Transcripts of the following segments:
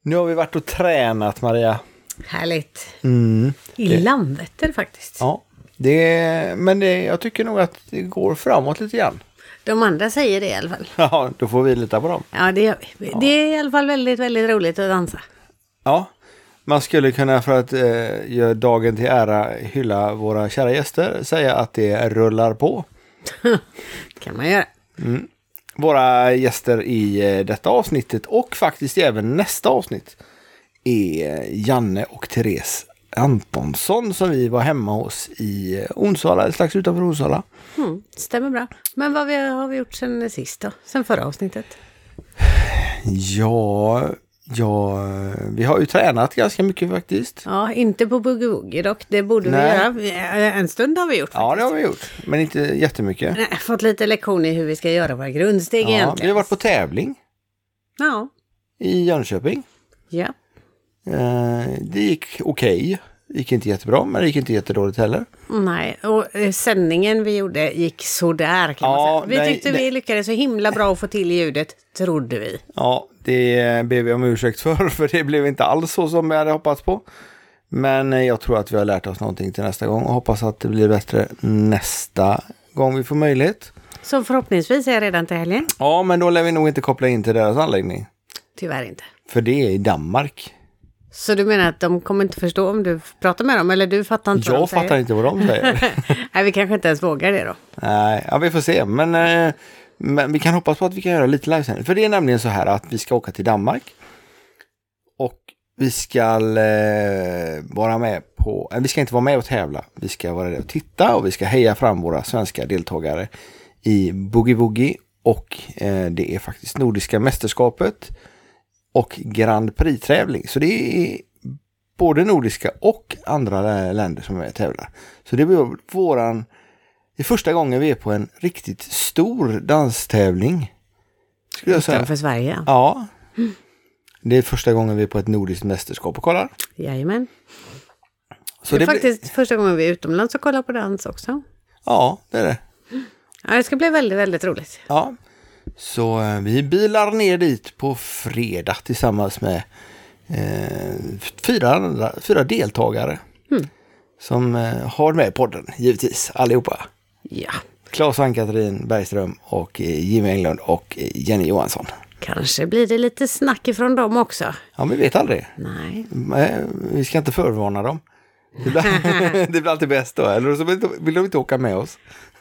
Nu har vi varit och tränat, Maria. Härligt. Mm. I Landvetter faktiskt. Ja, jag tycker nog att det går framåt lite grann. De andra säger det i alla fall. Ja, då får vi lita på dem. Ja, det gör vi. Ja. Det är i alla fall väldigt, väldigt roligt att dansa. Ja, man skulle kunna för att göra dagen till ära hylla våra kära gäster säga att det rullar på. Kan man göra. Mm. Våra gäster i detta avsnittet och faktiskt även nästa avsnitt är Janne och Therese Antonsson som vi var hemma hos i Onsala, strax utanför Onsala. Stämmer bra. Men vad har vi gjort sen sist då? Sen förra avsnittet? Ja, vi har ju tränat ganska mycket faktiskt. Ja, inte på Boogie Woogie dock. Det borde vi göra. En stund har vi gjort faktiskt. Ja, det har vi gjort. Men inte jättemycket. Nej, fått lite lektioner i hur vi ska göra våra grundsteg egentligen. Vi har varit på tävling. Ja. I Jönköping. Ja. Det gick okej. Det gick inte jättebra, men det gick inte jättedåligt heller. Nej, och sändningen vi gjorde gick sådär kan man säga. Vi tyckte vi lyckades så himla bra att få till ljudet, trodde vi. Ja, det ber vi om ursäkt för det blev inte alls så som vi hade hoppats på. Men jag tror att vi har lärt oss någonting till nästa gång och hoppas att det blir bättre nästa gång vi får möjlighet. Så förhoppningsvis är jag redan till helgen. Ja, men då lär vi nog inte koppla in till deras anläggning. Tyvärr inte. För det är i Danmark. Så du menar att de kommer inte förstå om du pratar med dem? Eller du fattar inte vad de säger? Jag fattar inte vad de säger. Nej, vi kanske inte ens vågar det då. Nej, ja, vi får se. Men vi kan hoppas på att vi kan göra lite livesändning. För det är nämligen så här att vi ska åka till Danmark. Och vi ska vara med på... Vi ska inte vara med och tävla. Vi ska vara där och titta och vi ska heja fram våra svenska deltagare i Boogie Woogie. Och det är faktiskt Nordiska mästerskapet och Grand Prix-tävling. Så det är både nordiska och andra länder som är tävlar. Så det blir det är första gången vi är på en riktigt stor danstävling. Skulle jag säga. Utanför Sverige. Ja. Det är första gången vi är på ett nordiskt mästerskap och kollar. Jajamän. Så det är faktiskt första gången vi är utomlands och kollar på dans också. Ja, det är det. Ja, det ska bli väldigt, väldigt roligt. Ja. Så vi bilar ner dit på fredag tillsammans med 4 deltagare som har med podden, givetvis, allihopa. Ja. Claes Ann-Katrin Bergström och Jimmy Englund och Jenny Johansson. Kanske blir det lite snack ifrån dem också. Ja, men vi vet aldrig. Nej. Vi ska inte förvarna dem. Det blir alltid bäst då, eller så vill de inte åka med oss.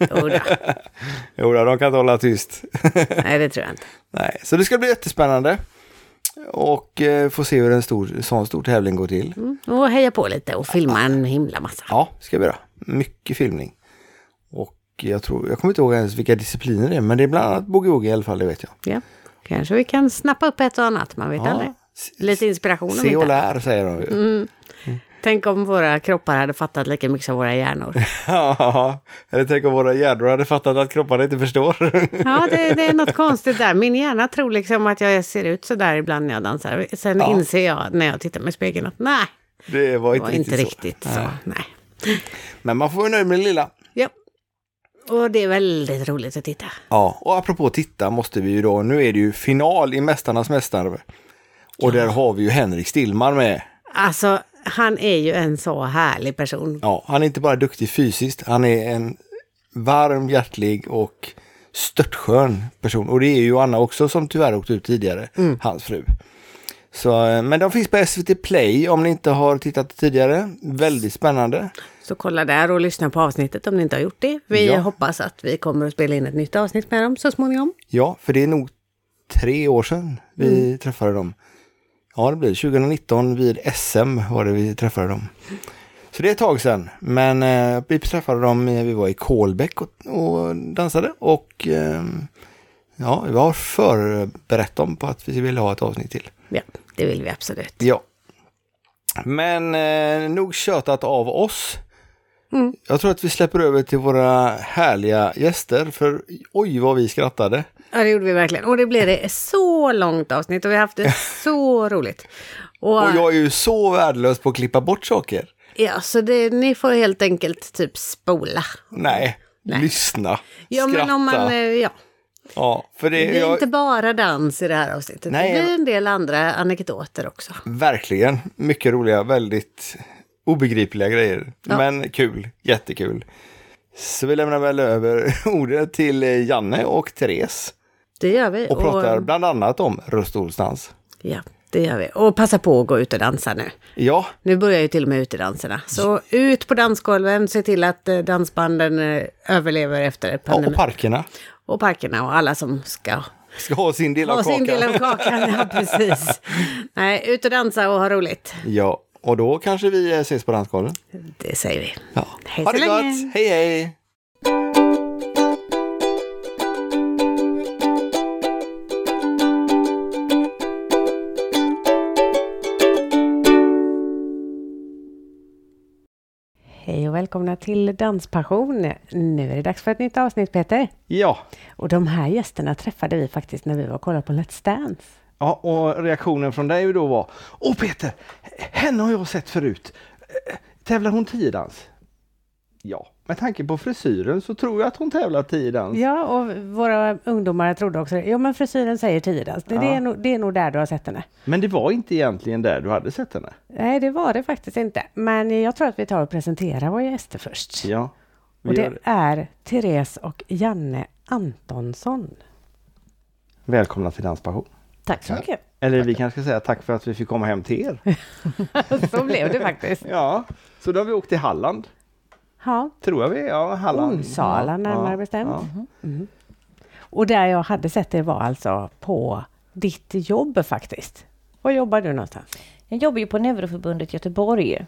Jo, de kan inte hålla tyst. Nej, det tror jag inte. Nej, så det ska bli jättespännande. Och få se hur en sån stor tävling går till. Och heja på lite och filma en himla massa. Ja, ska vi göra. Mycket filmning. Och jag kommer inte ihåg ens vilka discipliner det är, men det är bland annat Boogie Woogie i alla fall, det vet jag. Ja, kanske vi kan snappa upp ett och annat, man vet aldrig. Lite inspiration. Se och lär, säger de ju. Tänk om våra kroppar hade fattat lika mycket som våra hjärnor. Ja, eller tänk om våra hjärnor hade fattat att kropparna inte förstår. Ja, det är något konstigt där. Min hjärna tror liksom att jag ser ut så där ibland när jag dansar. Sen inser jag när jag tittar med spegeln att nej, det var inte riktigt så. Nej. Men man får vara nöjd med det lilla. Ja, och det är väldigt roligt att titta. Ja, och apropå titta måste vi ju då, nu är det ju final i Mästarnas mästare. Och där har vi ju Henrik Stillman med. Alltså, han är ju en så härlig person. Ja, han är inte bara duktig fysiskt. Han är en varm, hjärtlig och störtskön person. Och det är ju Anna också som tyvärr åkt ut tidigare. Hans fru. Så, men de finns på SVT Play om ni inte har tittat tidigare. Väldigt spännande. Så kolla där och lyssna på avsnittet om ni inte har gjort det. Vi hoppas att vi kommer att spela in ett nytt avsnitt med dem så småningom. Ja, för det är nog 3 år sedan vi träffade dem. Ja, det blir 2019 vid SM var det vi träffade dem. Så det är ett tag sedan. Men vi träffade dem, vi var i Kolbäck och dansade. Och vi har förberett dem på att vi vill ha ett avsnitt till. Ja, det vill vi absolut. Ja. Men nog tjötat av oss. Jag tror att vi släpper över till våra härliga gäster. För oj vad vi skrattade. Ja, det gjorde vi verkligen. Och det blev det så långt avsnitt och vi har haft det så roligt. Och jag är ju så värdelös på att klippa bort saker. Ja, så ni får helt enkelt typ spola. Nej. Lyssna. Ja, skratta. men om man, Ja, för det är inte bara dans i det här avsnittet. Nej, det blir en del andra anekdoter också. Verkligen. Mycket roliga, väldigt obegripliga grejer. Ja. Men kul, jättekul. Så vi lämnar väl över ordet till Janne och Therese. Det gör vi. Och pratar bland annat om rullstolsdans. Ja, det gör vi. Och passa på att gå ut och dansa nu. Ja. Nu börjar ju till och med utedanserna. Så ut på dansgolven, se till att dansbanden överlever efter pandemin. Ja, och parkerna. Och parkerna och alla som ska ha sin del av kakan. Sin del av kakan, ja precis. Nej, ut och dansa och ha roligt. Ja, och då kanske vi ses på dansgolven. Det säger vi. Ja. Hej ha så det länge. Gott. Hej hej. Hej och välkomna till Danspassion. Nu är det dags för ett nytt avsnitt, Peter. Ja. Och de här gästerna träffade vi faktiskt när vi var och kollade på Let's Dance. Ja, och reaktionen från dig då var: Åh Peter, henne har jag sett förut. Tävlar hon 10-dans? Ja, med tanke på frisyren så tror jag att hon tävlar 10-dans. Ja, och våra ungdomar trodde också det. Jo, men frisyren säger 10-dans. Det är nog där du har sett henne. Men det var inte egentligen där du hade sett henne? Nej, det var det faktiskt inte. Men jag tror att vi tar och presenterar våra gäster först. Ja. Och det är Therese och Janne Antonsson. Välkomna till Danspassion. Tack så mycket. Eller vi kanske ska säga tack för att vi fick komma hem till er. Så blev det faktiskt. Ja, så då har vi åkt till Halland. Ja. Tror jag vi, ja, Halland. Onsala närmare bestämt. Ja. Mm. Och där jag hade sett det var alltså på ditt jobb faktiskt. Var jobbar du någonstans? Jag jobbar ju på Neuroförbundet Göteborg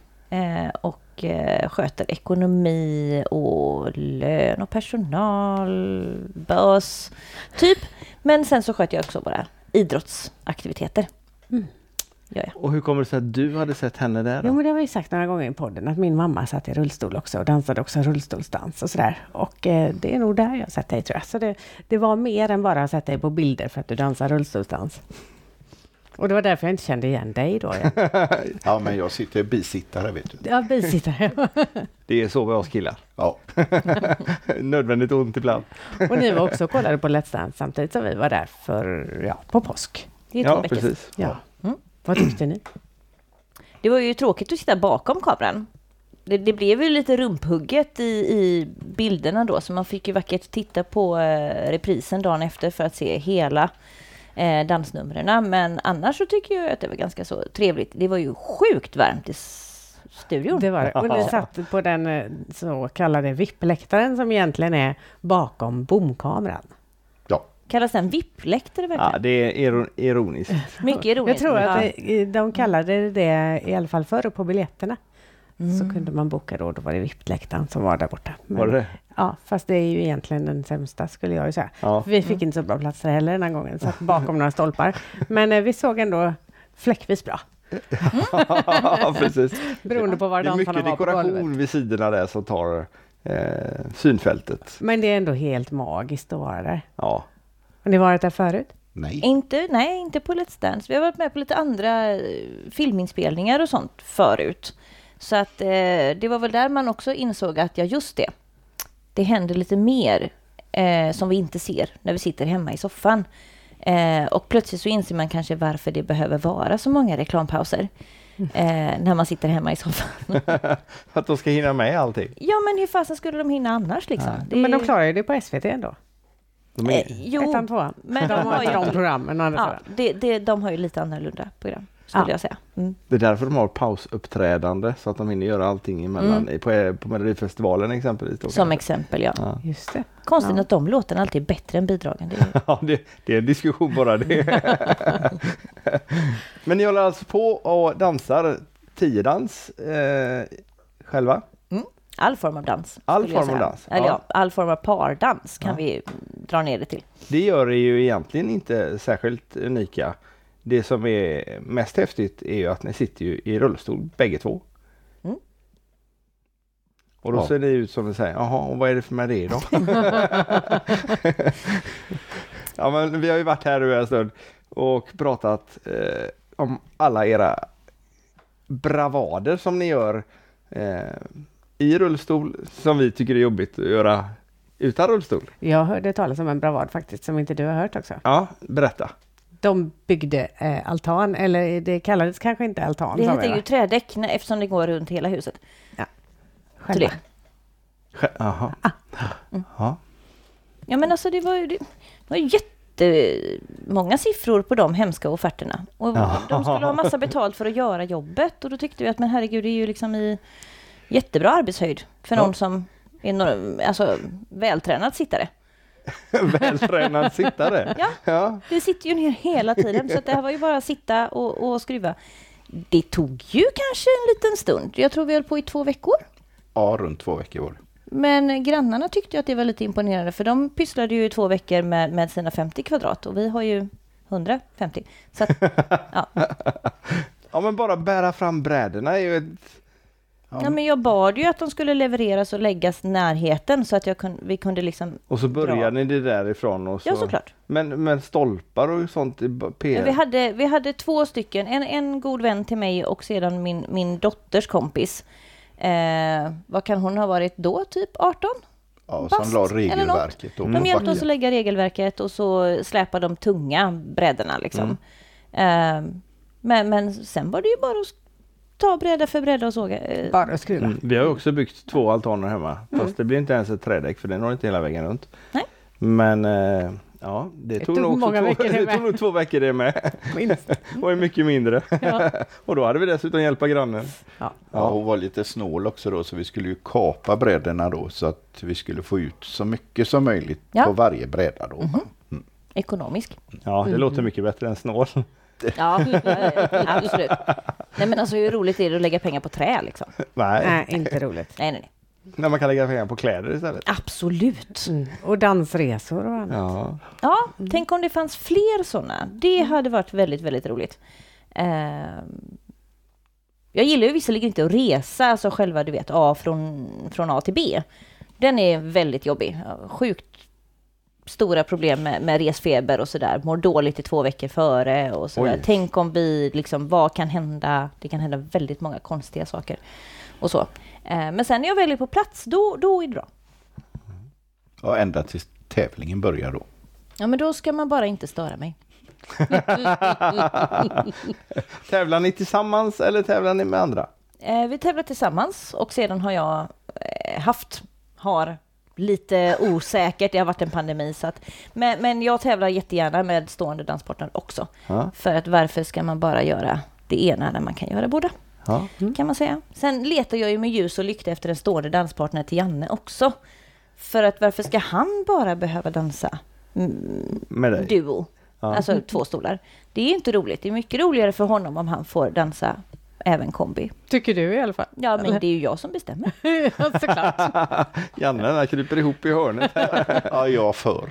och sköter ekonomi och lön och personal, börs, typ. Men sen så sköter jag också bara idrottsaktiviteter. Mm. Ja. Och hur kommer det sig att du hade sett henne där då? Jo, men det har vi sagt några gånger i podden att min mamma satt i rullstol också och dansade också rullstolsdans och sådär. Och det är nog där jag sett dig, tror jag. Så det var mer än bara att sätta dig på bilder för att du dansar rullstolsdans. Och det var därför jag inte kände igen dig då. Ja, men jag sitter bisittare, vet du. Ja, bisittare. Det är så vi oss killar. Ja. Nödvändigt ont ibland. Och ni var också och kollade på Let's Dance samtidigt som vi var där på påsk. Det är ja, precis. Ja. Mm. Vad tyckte ni? Det var ju tråkigt att sitta bakom kameran. Det blev ju lite rumphugget i bilderna då, så man fick ju vackert titta på reprisen dagen efter för att se hela dansnumren. Men annars så tycker jag att det var ganska så trevligt. Det var ju sjukt varmt i studion. Det var det. Och ni satt på den så kallade VIP-läktaren som egentligen är bakom bomkameran. Kallas den VIP-läktare verkligen? Ja, det är ironiskt. Mycket ironiskt. Jag tror att de kallade det i alla fall förr på biljetterna. Så kunde man boka då var det VIP-läktaren som var där borta. Men, var det? Ja, fast det är ju egentligen den sämsta skulle jag ju säga. Ja. Vi fick inte så bra platser heller den här gången, satt bakom några stolpar. Men vi såg ändå fläckvis bra. Ja, precis. Beroende på var dansarna var på golvet. Det är mycket dekoration vid sidorna där som tar synfältet. Men det är ändå helt magiskt att vara där. Ja. Har ni varit där förut? Nej. Inte på Let's Dance. Vi har varit med på lite andra filminspelningar och sånt förut. Så att det var väl där man också insåg att just det händer lite mer som vi inte ser när vi sitter hemma i soffan. Och plötsligt så inser man kanske varför det behöver vara så många reklampauser när man sitter hemma i soffan. Att de ska hinna med allting. Ja, men hur fasen skulle de hinna annars liksom? Men de klarar ju det på SVT ändå. Jo, ettan, tvåan. Men de har ju de programmen. De har ju lite annorlunda program, skulle jag säga. Mm. Det är därför de har pausuppträdande, så att de hinner göra allting emellan. På Melodifestivalen exempelvis. Då, som exempel, ja. Just det. Konstigt att de låtarna alltid är bättre än bidragen. Ja, det är en diskussion bara det. Men ni håller alltså på och dansar 10-dans själva? All form av dans. All form av dans. Eller all form av pardans kan vi dra ner det till. Det gör det ju egentligen inte särskilt unika. Det som är mest häftigt är ju att ni sitter ju i rullstol bägge två. Mm. Och då ser det ut som att säga, jaha, och vad är det för med det då? Ja, men vi har ju varit här nu en stund och pratat om alla era bravader som ni gör i rullstol, som vi tycker är jobbigt att göra Utan rullstol? Jag hörde talas om en bravad faktiskt som inte du har hört också. Ja, berätta. De byggde altan, eller det kallades kanske inte altan. Det sa heter vi, ju trädäck eftersom det går runt hela huset. Ja. Så det. Jaha. Ja. Ja, men alltså det var ju jättemånga siffror på de hemska offerterna. Och de skulle ha massa betalt för att göra jobbet. Och då tyckte vi att men herregud, det är ju liksom i jättebra arbetshöjd för någon som är vältränad sittare. Vältränad sittare? Ja, det sitter ju ner hela tiden. Så att det här var ju bara att sitta och skruva. Det tog ju kanske en liten stund. Jag tror vi höll på i 2 veckor. Ja, runt 2 veckor var det. Men grannarna tyckte att det var lite imponerande. För de pysslade ju i 2 veckor med sina 50 kvadrat. Och vi har ju 150. Så att, ja. Ja, men bara bära fram brädorna är ju ett... Ja, men jag bad ju att de skulle levereras och läggas närheten så att vi kunde liksom... Och så började ni det därifrån och så... Ja, såklart. Men stolpar och sånt i PR? Ja, vi hade 2 stycken. En god vän till mig och sedan min dotters kompis. Vad kan hon ha varit då? Typ 18? Ja, som la regelverket. De hjälpte oss att lägga regelverket och så släpade de tunga brädorna liksom. Men sen var det ju bara att ta bräda för bräda och såga. Bara att skruva. Vi har också byggt 2 altaner hemma. Fast det blir inte ens ett trädäck för det når inte hela vägen runt. Nej. Men ja, det tog nog också 2 veckor det med. Minst. Och är mycket mindre. Ja. Och då hade vi dessutom hjälpa grannen. Ja. Ja, hon var lite snål också då, så vi skulle ju kapa brädorna då så att vi skulle få ut så mycket som möjligt på varje bräda då. Ekonomisk. Ja, det låter mycket bättre än snål. Ja, absolut. Nej, men alltså hur roligt är det att lägga pengar på trä liksom? Nej, inte roligt. Nej. när man kan lägga pengar på kläder istället. Absolut. Och dansresor och annat. Ja, tänk om det fanns fler sådana. Det hade varit väldigt, väldigt roligt. Jag gillar ju visserligen inte att resa, alltså själva, du vet, från A till B. Den är väldigt jobbig. Sjukt stora problem med resfeber och sådär. Mår dåligt i 2 veckor före och sådär. Tänk om vi, liksom, vad kan hända? Det kan hända väldigt många konstiga saker och så. Men sen när jag väljer på plats, då är det bra. Ja, ända tills tävlingen börjar då. Ja, men då ska man bara inte störa mig. Tävlar ni tillsammans eller tävlar ni med andra? Vi tävlar tillsammans och sedan har jag har lite osäkert, det har varit en pandemi så att, men jag tävlar jättegärna med stående danspartner också. För att varför ska man bara göra det ena när man kan göra båda? Kan man säga. Sen letar jag ju med ljus och lykta efter en stående danspartner till Janne också. För att varför ska han bara behöva dansa med dig? Duo? Alltså 2 stolar. Det är inte roligt. Det är mycket roligare för honom om han får dansa även kombi. Tycker du i alla fall? Ja, men det är ju jag som bestämmer. Ja, såklart. Janne kryper ihop i hörnet. Ja, jag för.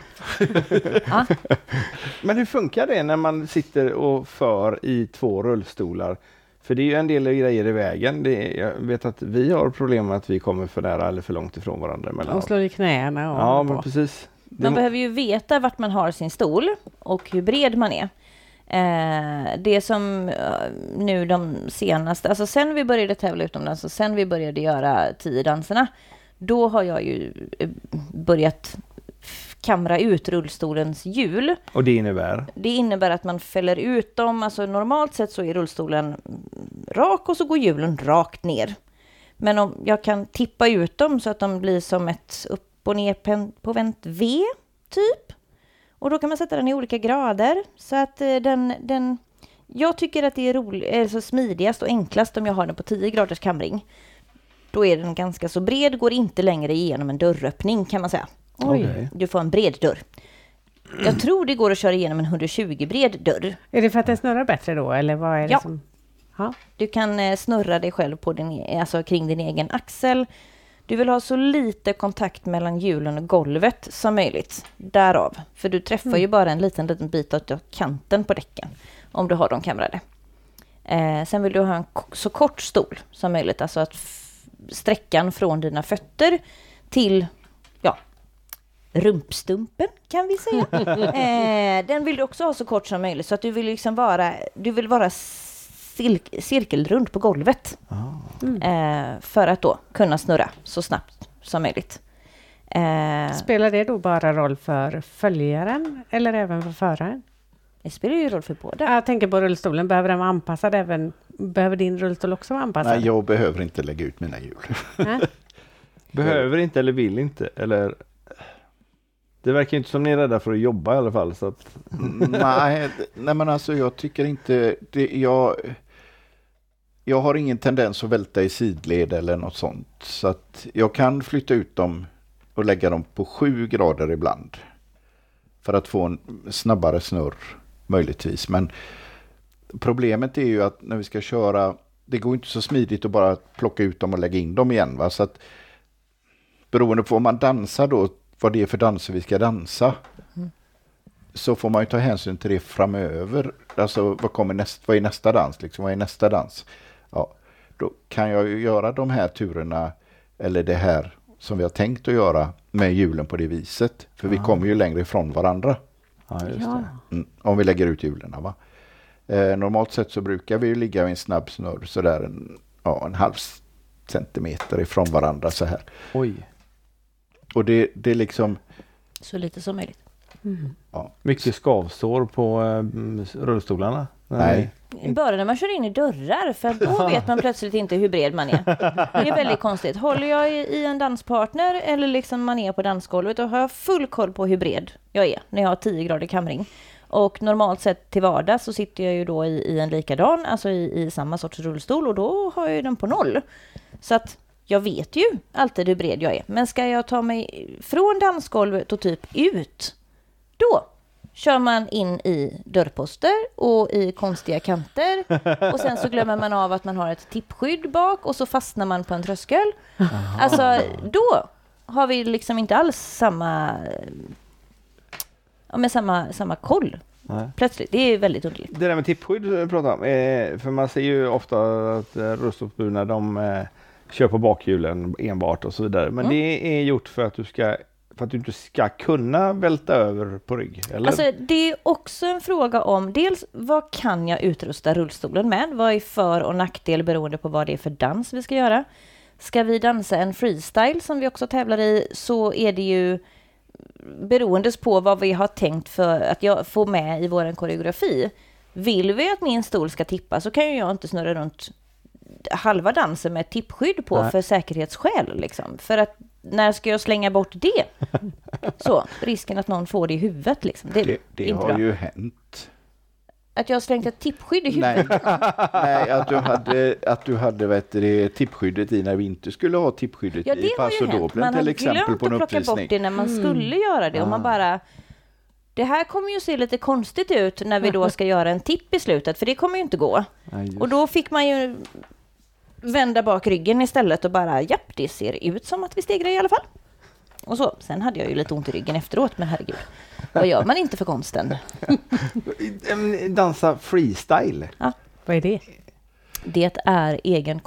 Men hur funkar det när man sitter och för i 2 rullstolar? För det är ju en del grejer i vägen. Jag vet att vi har problem med att vi kommer för nära eller för långt ifrån varandra. Och slår i knäna. Och ja, men precis. Man behöver ju veta vart man har sin stol och hur bred man är. Det som nu de senaste, alltså sen vi började tävla utomlands och sen vi började göra 10 danserna, då har jag ju börjat kamra ut rullstolens hjul. Och det innebär? Det innebär att man fäller ut dem, alltså normalt sett så är rullstolen rak och så går hjulen rakt ner. Men om jag kan tippa ut dem så att de blir som ett upp och ner på vänt V typ. Och då kan man sätta den i olika grader så att den jag tycker att det är så smidigast och enklast om jag har den på 10 graders kamring. Då är den ganska så bred, går inte längre igenom en dörröppning kan man säga. Oj. Du får en bred dörr. Jag tror det går att köra igenom en 120 bred dörr. Är det för att den snurrar bättre då eller vad är det som? Ja. Du kan snurra dig själv på alltså kring din egen axel. Du vill ha så lite kontakt mellan hjulen och golvet som möjligt. Därav. För du träffar ju bara en liten bit av kanten på däcken. Om du har dem kamrade. Sen vill du ha en så kort stol som möjligt. Alltså att sträckan från dina fötter till rumpstumpen kan vi säga. Den vill du också ha så kort som möjligt. Så att du vill liksom vara cirkelrund på golvet. För att då kunna snurra så snabbt som möjligt. Spelar det då bara roll för följaren eller även för föraren? Det spelar ju roll för båda. Jag tänker på rullstolen. Behöver den vara anpassad även? Behöver din rullstol också vara anpassad? Nej, jag behöver inte lägga ut mina hjul. Behöver inte eller vill inte? Eller... Det verkar inte som ni är rädda för att jobba i alla fall. Så att... nej, men alltså jag tycker inte... Jag har ingen tendens att välta i sidled eller något sånt. Så att jag kan flytta ut dem och lägga dem på 7 grader ibland. För att få en snabbare snurr möjligtvis. Men problemet är ju att när vi ska köra, det går inte så smidigt att bara plocka ut dem och lägga in dem igen. Va? Så att beroende på om man dansar då, vad det är för danser vi ska dansa. Så får man ju ta hänsyn till det framöver. Alltså vad är nästa dans? Liksom, vad är nästa dans? Ja, då kan jag ju göra de här turerna eller det här som vi har tänkt att göra med hjulen på det viset. För vi kommer ju längre ifrån varandra. Ja, just det. Om vi lägger ut hjulen. Va? Normalt sett så brukar vi ju ligga i en snabb snurr sådär en halv centimeter ifrån varandra så här. Oj. Och det är liksom... Så lite som möjligt. Ja. Mycket skavsår på rullstolarna? Nej. Bara när man kör in i dörrar, för då vet man plötsligt inte hur bred man är. Det är väldigt konstigt. Håller jag i en danspartner eller liksom man är på dansgolvet, då har jag full koll på hur bred jag är när jag har 10 grader kamring. Och normalt sett till vardags så sitter jag ju då i en likadan, alltså i samma sorts rullstol, och då har jag ju den på 0. Så att jag vet ju alltid hur bred jag är. Men ska jag ta mig från dansgolvet och typ ut, då kör man in i dörrposter och i konstiga kanter. Och sen så glömmer man av att man har ett tippskydd bak och så fastnar man på en tröskel. Alltså då har vi liksom inte alls samma koll. Nej. Plötsligt, det är väldigt underligt. Det där med tippskydd du pratar om, för man ser ju ofta att rullstolsburna de kör på bakhjulen enbart och så vidare. Men det är gjort för att du inte ska kunna välta över på rygg, eller? Alltså det är också en fråga om dels vad kan jag utrusta rullstolen med? Vad är för- och nackdel beroende på vad det är för dans vi ska göra? Ska vi dansa en freestyle som vi också tävlar i, så är det ju beroende på vad vi har tänkt för att jag får med i vår koreografi. Vill vi att min stol ska tippa, så kan ju jag inte snurra runt halva dansen med ett tippskydd på. Nej. För säkerhetsskäl liksom. För att när ska jag slänga bort det? Så, risken att någon får det i huvudet liksom. Det har bra. Ju hänt. Att jag har slängt ett tippskydd i huvudet? Nej, att du hade tippskyddet i när vi inte skulle ha tippskyddet i Paso-Doblen till exempel på en uppvisning. Man har glömt att plocka bort det när man skulle göra det. Och man bara, det här kommer ju se lite konstigt ut när vi då ska göra en tipp i slutet. För det kommer ju inte gå. Och då fick man ju vända bak ryggen istället och bara, japp, det ser ut som att vi stegrar i alla fall. Och så, sen hade jag ju lite ont i ryggen efteråt, men herregud. Vad gör man inte för konsten? Dansa freestyle. Ja. Vad är det? Det är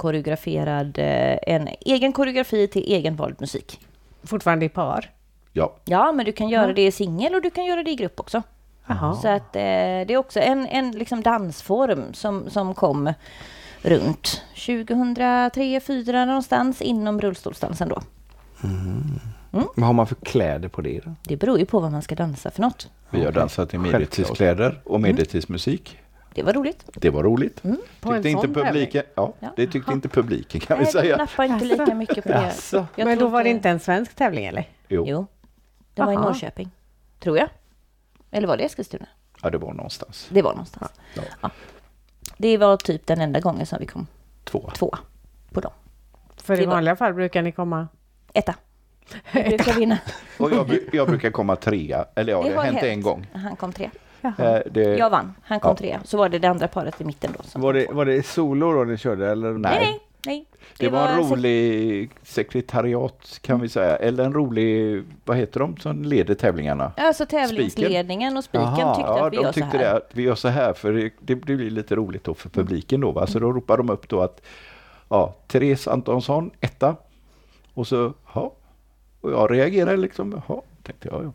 en egen koreografi till egenvald musik. Fortfarande i par? Ja, men du kan göra det i singel och du kan göra det i grupp också. Aha. Så att det är också en liksom dansform som kom runt 2003-2004 någonstans inom rullstolsdansen då. Vad har man för kläder på det då? Det beror ju på vad man ska dansa för något. Vi har dansat i medeltidskläder och medeltidsmusik. Det var roligt. Tyckte inte publiken, det tyckte inte publiken kan vi säga. Nej, nappade inte lika mycket på det. Men då var det inte en svensk tävling eller? Jo. Det var i Norrköping, tror jag. Eller var det Eskilstuna? Ja, det var någonstans. Ja. Det var typ den enda gången som vi kom tvåa på dem. För i vanliga fall brukar ni komma? Etta. Vi brukar vinna. Och jag brukar komma 3. Eller det har hänt en gång. Han kom 3. Jag vann. Han kom 3. Så var det andra paret i mitten då. Som var det solo då ni körde? Eller? Nej. Det var en rolig sekretariat kan vi säga. Eller en rolig, vad heter de som leder tävlingarna? Alltså tävlingsledningen och spiken tyckte att vi gör så här. Ja, de tyckte att vi gör så här för det blir lite roligt då för publiken då. Va? Så då ropar de upp då att Therese Antonsson, 1. Och så, och jag reagerade liksom, tänkte jag.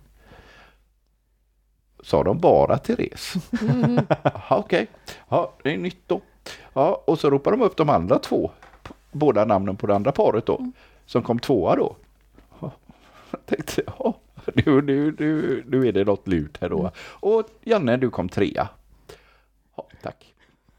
Sa de bara Therese? Okej. Ja, det är nytt då. Ja, och så ropar de upp de andra 2. Båda namnen på det andra paret då. Som kom 2 då. Jag tänkte, ja, nu är det något lut här då. Och Janne, du kom 3. Ja, tack.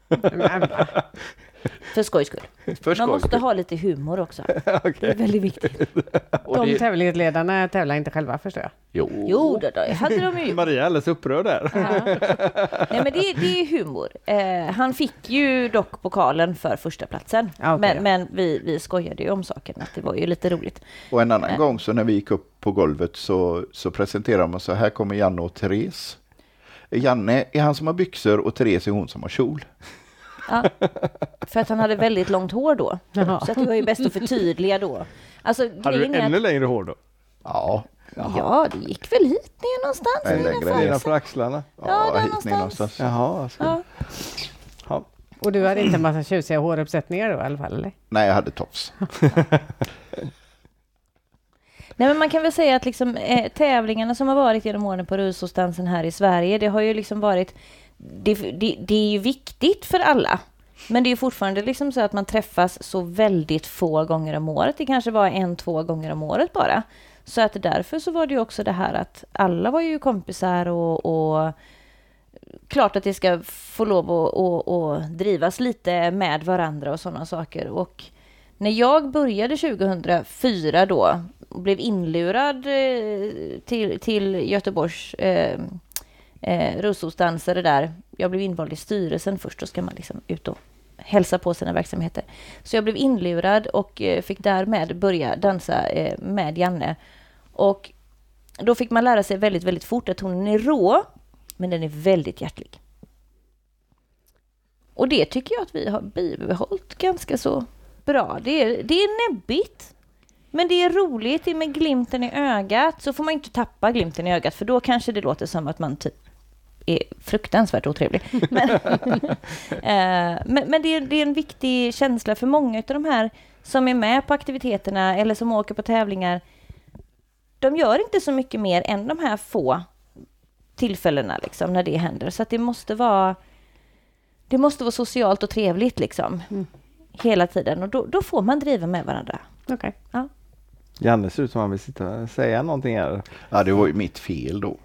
För skojs skull. Man måste ha lite humor också. Okay. Det är väldigt viktigt. De tävlingsledarna tävlar inte själva, förstår jag. Jo, det hade de ju. Maria är alldeles upprörd där. Nej, men det är humor. Han fick ju dock pokalen för första platsen. Okay, men vi skojade ju om saken, att det var ju lite roligt. Och en annan gång så när vi gick upp på golvet så presenterar man så här kommer Janne och Therese. Janne är han som har byxor och Therese är hon som har kjol. Ja, för att han hade väldigt långt hår då. Jaha. Så att det var ju bäst att förtydliga då. Alltså, Hade du ännu att, längre hår då? Ja. ja, det gick väl hit ner någonstans. Nej, längre ner. Nedanför axlarna? Ja, där hit ner någonstans. Jaha, alltså. Ja. Ja. Och du hade inte en massa tjusiga håruppsättningar då i alla fall, eller? Nej, jag hade tofs. Nej, men man kan väl säga att liksom, tävlingarna som har varit genom åren på Rullstolsdansen här i Sverige, det har ju liksom varit, det är ju viktigt för alla. Men det är ju fortfarande liksom så att man träffas så väldigt få gånger om året. Det kanske var 1-2 gånger om året bara. Så att därför så var det ju också det här att alla var ju kompisar och klart att det ska få lov att drivas lite med varandra och sådana saker. Och när jag började 2004 då och blev inlurad till Göteborgs rullstolsdansare där. Jag blev invald i styrelsen först, då ska man liksom ut och hälsa på sina verksamheter. Så jag blev inlurad och fick därmed börja dansa med Janne. Och då fick man lära sig väldigt, väldigt fort att hon är rå, men den är väldigt hjärtlig. Och det tycker jag att vi har bibehållit ganska så bra. Det är näbbigt, men det är roligt, det är med glimten i ögat. Så får man inte tappa glimten i ögat, för då kanske det låter som att man typ är fruktansvärt otrevlig. Men det är en viktig känsla för många av de här som är med på aktiviteterna eller som åker på tävlingar. De gör inte så mycket mer än de här få tillfällena liksom, när det händer. Så att det måste vara socialt och trevligt liksom, hela tiden. Och då får man driva med varandra. Okej. Ja. Janne ser ut som han vill säga någonting här. Ja, det var ju mitt fel då.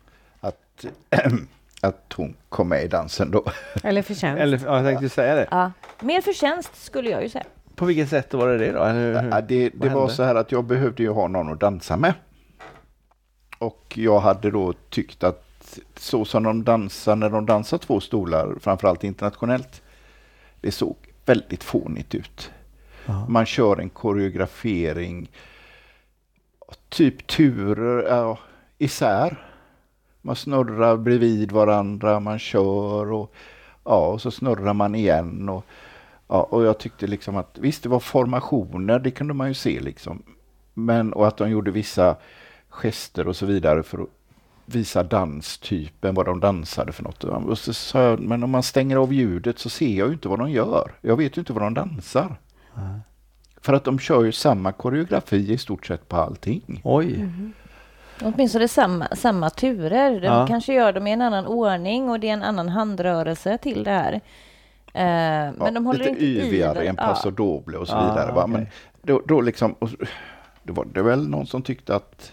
Att hon kom med i dansen då. Eller förtjänst. Eller, ja, jag tänkte säga det. Ja. Mer förtjänst skulle jag ju säga. På vilket sätt var det då? Eller, Ja, det var så här att jag behövde ju ha någon att dansa med. Och jag hade då tyckt att så som de dansar när de dansar 2 stolar, framförallt internationellt, det såg väldigt fånigt ut. Ja. Man kör en koreografering, typ turer, isär. Man snurrar bredvid varandra, man kör och så snurrar man igen. Och jag tyckte liksom att visst, det var formationer, det kunde man ju se liksom. Och att de gjorde vissa gester och så vidare för att visa danstypen, vad de dansade för något. Och så sa jag, men om man stänger av ljudet så ser jag ju inte vad de gör. Jag vet ju inte vad de dansar. För att de kör ju samma koreografi i stort sett på allting. Oj. Åtminstone samma turer. De kanske gör dem i en annan ordning och det är en annan handrörelse till det här. Men de håller lite inte yvigare, en passo doble och så vidare. Va? Okay. Men då liksom, det var det väl någon som tyckte att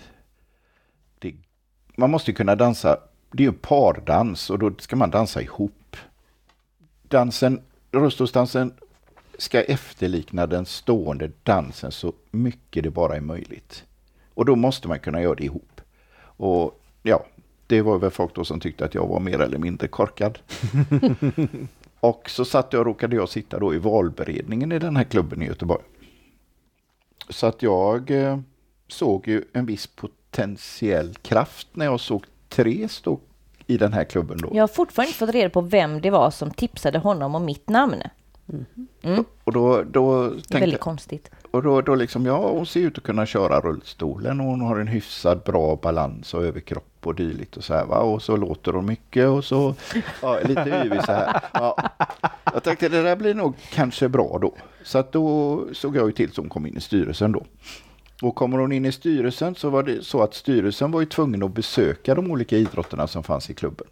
man måste kunna dansa, det är ju pardans och då ska man dansa ihop. Rullstolsdansen ska efterlikna den stående dansen så mycket det bara är möjligt. Och då måste man kunna göra det ihop. Och ja, det var väl folk då som tyckte att jag var mer eller mindre korkad. Och så råkade jag sitta då i valberedningen i den här klubben i Göteborg. Så att jag såg ju en viss potentiell kraft när jag såg Therese stå i den här klubben då. Jag har fortfarande inte fått reda på vem det var som tipsade honom om mitt namn. Och då tänkte väldigt konstigt. Och då liksom, hon ser ut att kunna köra rullstolen och hon har en hyfsad bra balans och överkropp och dylikt och så här, va? Och så låter hon mycket och så lite yvig så här. Ja. Jag tänkte det där blir nog kanske bra då. Så att då såg jag ju till som kom in i styrelsen då. Och kommer hon in i styrelsen så var det så att styrelsen var ju tvungen att besöka de olika idrotterna som fanns i klubben.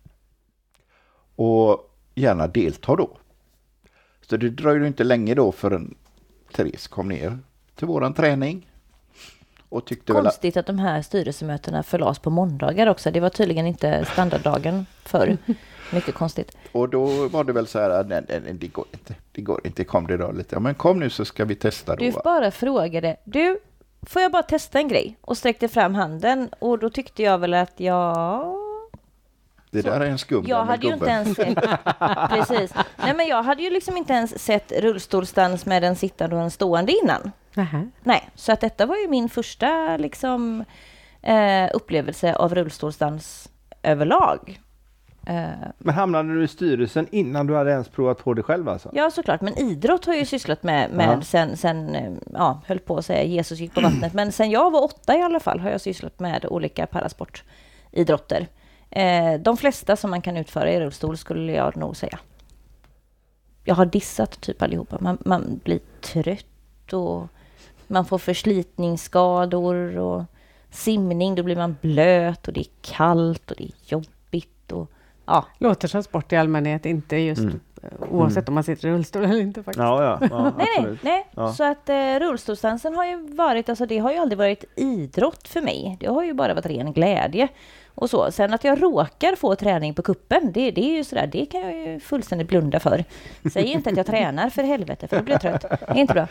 Och gärna delta då. Så det dröjde inte länge då förrän Therese kom ner till våran träning. Och tyckte väl Konstigt att de här styrelsemötena förlas på måndagar också. Det var tydligen inte standarddagen förr. Mycket konstigt. Och då var det väl så här, nej, det går inte, kom det då lite. Ja, men kom nu så ska vi testa då. Du bara frågade, får jag bara testa en grej? Och sträckte fram handen och då tyckte jag väl att det där är en skum. Jag hade ju inte ens sett, precis. Nej, men jag hade ju liksom inte ens sett rullstolsdans med en sittande och en stående innan. Nej, så att detta var ju min första liksom upplevelse av rullstolsdans överlag. Men hamnade du i styrelsen innan du hade ens provat på det själv alltså? Ja, såklart. Men idrott har jag ju sysslat med sen höll på att säga Jesus gick på vattnet. Men sen jag var 8 i alla fall har jag sysslat med olika parasportidrotter. De flesta som man kan utföra i rullstol skulle jag nog säga. Jag har dissat typ allihopa. Man blir trött och man får förslitningsskador och simning, då blir man blöt och det är kallt och det är jobbigt och ja. Låter som sport i allmänhet, inte just oavsett om man sitter i rullstol eller inte faktiskt. Ja, nej. Ja. Så att rullstolsdansen har ju varit, alltså det har ju aldrig varit idrott för mig. Det har ju bara varit ren glädje och så. Sen att jag råkar få träning på kuppen, det är ju sådär, det kan jag ju fullständigt blunda för. Säg inte att jag tränar för helvete, för då blir jag trött. Det är inte bra.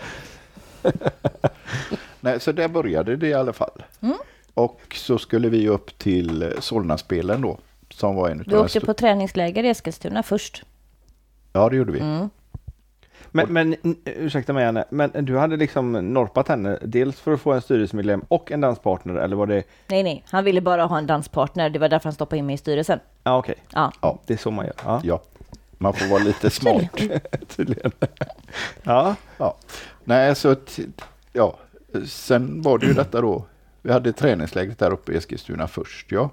Nej, så där började det i alla fall. Och så skulle vi upp till Solnaspelen då. Som var en Vi åkte på träningsläger i Eskilstuna först. Ja, det gjorde vi. Men ursäkta mig Anne, men du hade liksom norpat henne dels för att få en styrelsemedlem och en danspartner, eller var det? Nej, han ville bara ha en danspartner. Det var därför han stoppade in mig i styrelsen. Ja, okej. Ja. Det är så man gör. Ja, man får vara lite smart. Tydligen. Ja. Nej, så sen var det ju detta då. Vi hade träningsläget där uppe i Eskilstuna först, ja.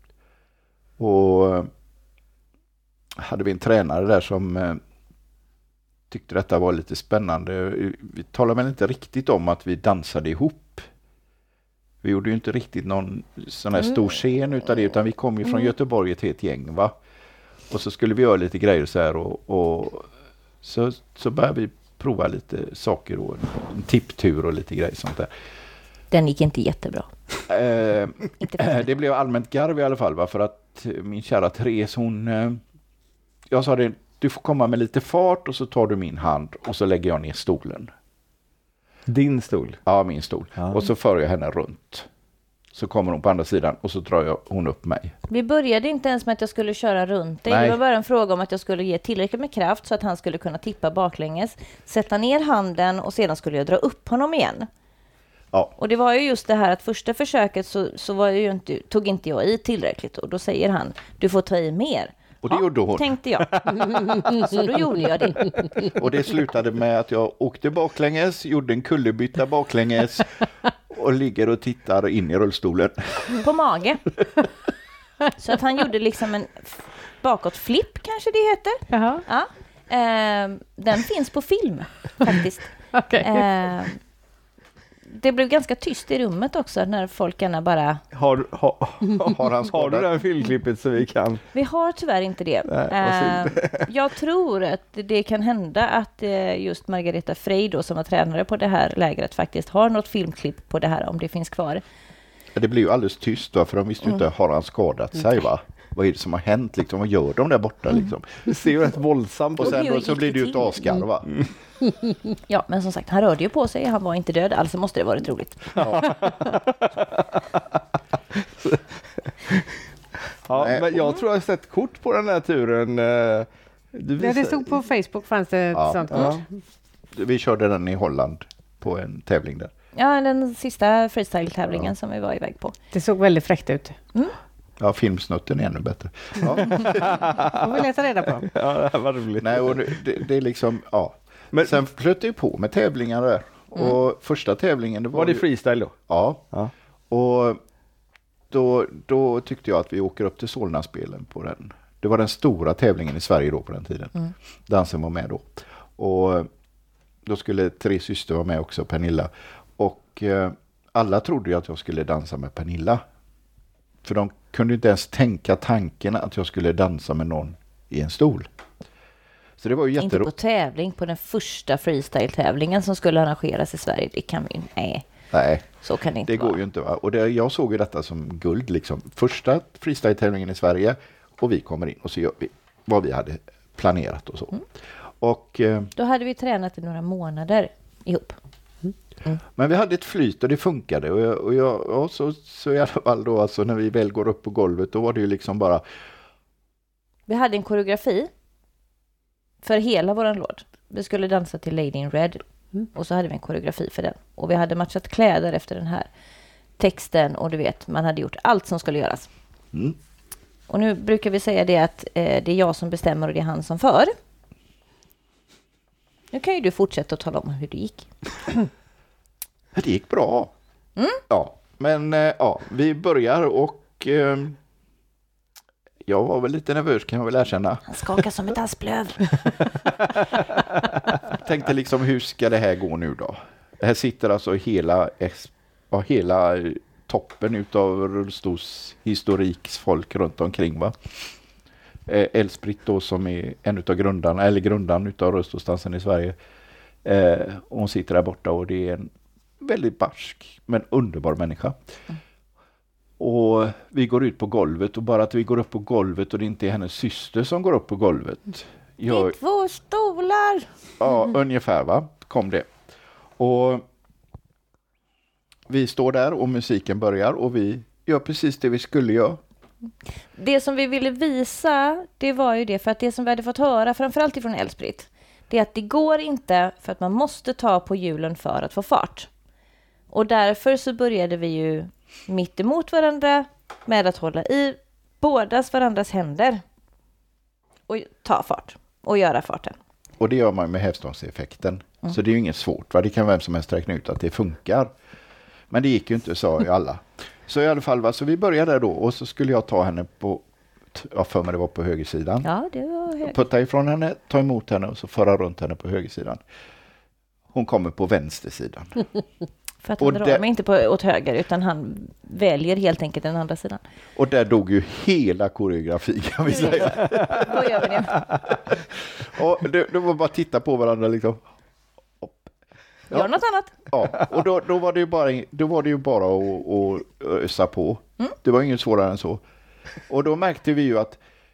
Och hade vi en tränare där som tyckte detta var lite spännande. Vi talade väl inte riktigt om att vi dansade ihop. Vi gjorde ju inte riktigt någon sån här stor scen utav det, utan vi kom ju från Göteborg ett helt gäng, va. Och så skulle vi göra lite grejer så här och så började vi prova lite saker och en tipptur och lite grejer sånt där. Den gick inte jättebra. Det blev allmänt garv i alla fall, va? För att min kära Therese, jag sa det, du får komma med lite fart och så tar du min hand och så lägger jag ner stolen. Din stol? Ja, min stol. Ja. Och så för jag henne runt. Så kommer hon på andra sidan och så drar hon upp mig. Vi började inte ens med att jag skulle köra runt dig. Nej. Det var bara en fråga om att jag skulle ge tillräckligt med kraft så att han skulle kunna tippa baklänges. Sätta ner handen och sedan skulle jag dra upp honom igen. Ja. Och det var ju just det här att första försöket så var jag ju tog inte jag i tillräckligt. Och då säger han, du får ta i mer. Och det gjorde hon. Tänkte jag. Så då gjorde jag det. Och det slutade med att jag åkte baklänges, gjorde en kullerbytta baklänges och ligger och tittar in i rullstolen. På mage. Så att han gjorde liksom en bakåtflipp, kanske det heter. Jaha. Ja. Den finns på film faktiskt. Okay. Det blev ganska tyst i rummet också när folk gärna bara... Har du den filmklippet så vi kan? Vi har tyvärr inte det. Jag tror att det kan hända att just Margareta Frey då, som var tränare på det här lägret, faktiskt har något filmklipp på det här, om det finns kvar. Det blir ju alldeles tyst då, för de visste ju inte, har han skadat sig, va? Vad är det som har hänt liksom? Vad gör de där borta liksom? Det ser ju rätt våldsamt. Och sen så blir det ju ett asgarv, va? Ja, men som sagt, han rörde ju på sig. Han var inte död, alltså måste det varit roligt. Ja. Men jag tror jag har sett kort på den här turen. Det stod på Facebook, fanns det ett sånt kort. Vi körde den i Holland på en tävling där. Ja, den sista freestyle-tävlingen som vi var iväg på. Det såg väldigt fräckt ut. Ja, filmsnutten är ännu bättre. Ja. Vad vill jag reda på? Ja, det var roligt. Nej, och det är liksom, ja. Men sen flöt det på med tävlingar där. Och första tävlingen... Det var det freestyle då? Ja. Och då tyckte jag att vi åker upp till Solnaspelen på den. Det var den stora tävlingen i Sverige då på den tiden. Dansen var med då. Och då skulle 3 syster vara med också, Pernilla. Och alla trodde ju att jag skulle dansa med Pernilla. För de kunde inte ens tänka tanken att jag skulle dansa med någon i en stol. Så det var ju Inte på tävling, på den första freestyle-tävlingen som skulle arrangeras i Sverige. Det kan vi nej. Nej, Så kan det inte det vara. går ju inte. Va? Och jag såg ju detta som guld. Liksom. Första freestyle-tävlingen i Sverige och vi kommer in och så gör vi vad vi hade planerat och så. Och, Då hade vi tränat i några månader ihop. men vi hade ett flyt och det funkade. Och så i alla fall då, alltså, när vi väl går upp på golvet, då var det ju liksom bara... Vi hade en koreografi för hela våran låt. Vi skulle dansa till Lady in Red. Och så hade vi en koreografi för den. Och vi hade matchat kläder efter den här texten. Och du vet, man hade gjort allt som skulle göras. Mm. Och nu brukar vi säga det att det är jag som bestämmer och det är han som för. Nu kan ju du fortsätta att tala om hur det gick. Det gick bra. Ja, men vi börjar och jag var väl lite nervös kan jag väl erkänna. Han skakar som ett asplöv. Tänkte liksom, hur ska det här gå nu då? Här sitter alltså hela toppen utav rullstolshistoriksfolk runt omkring, va? Elsprit då, som är en utav grundaren utav rullstolsdansen i Sverige. Och hon sitter där borta och det är en väldigt barsk men underbar människa. Och vi går ut på golvet och bara att vi går upp på golvet och det inte är hennes syster som går upp på golvet. Det är 2 stolar! Ja, ungefär, va? Kom det. Och vi står där och musiken börjar och vi gör precis det vi skulle göra. Det som vi ville visa, det var ju det, för att det som vi hade fått höra, framförallt ifrån Elsprit, det är att det går inte, för att man måste ta på hjulen för att få fart. Och därför så började vi ju mitt emot varandra med att hålla i bådas varandras händer och ta fart och göra farten. Och det gör man med hävstångseffekten. Så det är ju inget svårt, va? Det kan vem som helst räkna ut att det funkar. Men det gick ju inte, sa ju alla. Så i alla fall, va? Så vi började där då och så skulle jag ta henne på, för mig det var på högersidan. Ja, det var höger. Putta ifrån henne, ta emot henne och så föra runt henne på högersidan. Hon kommer på vänstersidan. För att han drar mig inte åt höger, utan han väljer helt enkelt den andra sidan. Och där dog ju hela koreografin, kan vi säga. Vad gör vi nu? Och det var bara att titta på varandra liksom. Gör något annat. Ja, och då var det ju bara att ösa på. Det var inget svårare än så. Och då märkte vi ju att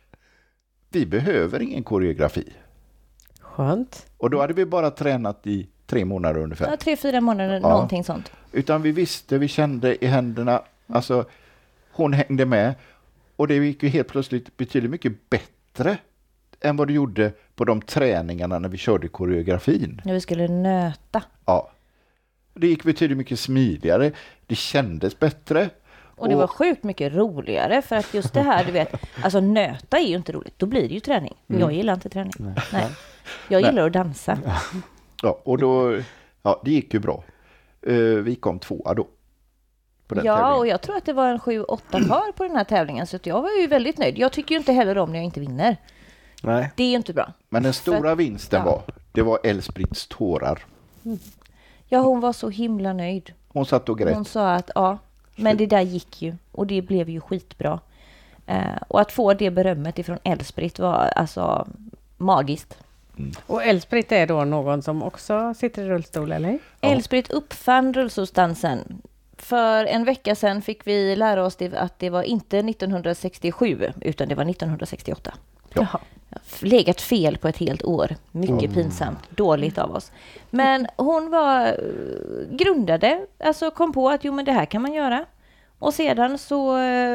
vi behöver ingen koreografi. Skönt. Och då hade vi bara tränat i 3 månader ungefär. Ja, 3-4 månader, någonting sånt. Utan vi visste, vi kände i händerna, alltså hon hängde med. Och det gick ju helt plötsligt betydligt mycket bättre än vad det gjorde på de träningarna när vi körde koreografin. När vi skulle nöta. Ja. Det gick betydligt mycket smidigare. Det kändes bättre. Och det var sjukt mycket roligare, för att just det här, du vet, alltså nöta är ju inte roligt. Då blir det ju träning. Jag gillar inte träning. Nej. Jag gillar att dansa. Ja, och då, det gick ju bra. Vi kom 2 då. På den tävlingen. Och jag tror att det var en 7-8 par på den här tävlingen, så att jag var ju väldigt nöjd. Jag tycker ju inte heller om när jag inte vinner. Nej. Det är ju inte bra. Men den stora vinsten det var Elsprits tårar. Ja, hon var så himla nöjd. Hon satt och grät. Hon sa att men det där gick ju. Och det blev ju skitbra. Och att få det berömmet ifrån Elsprit var alltså magiskt. Och Elsprit är då någon som också sitter i rullstol, eller? Elsprit uppfann rullstolsdansen. För en vecka sedan fick vi lära oss att det var inte 1967, utan det var 1968. Jaha. Legat fel på ett helt år. Mycket pinsamt. Dåligt av oss. Men hon grundade, alltså kom på att men det här kan man göra. Och sedan så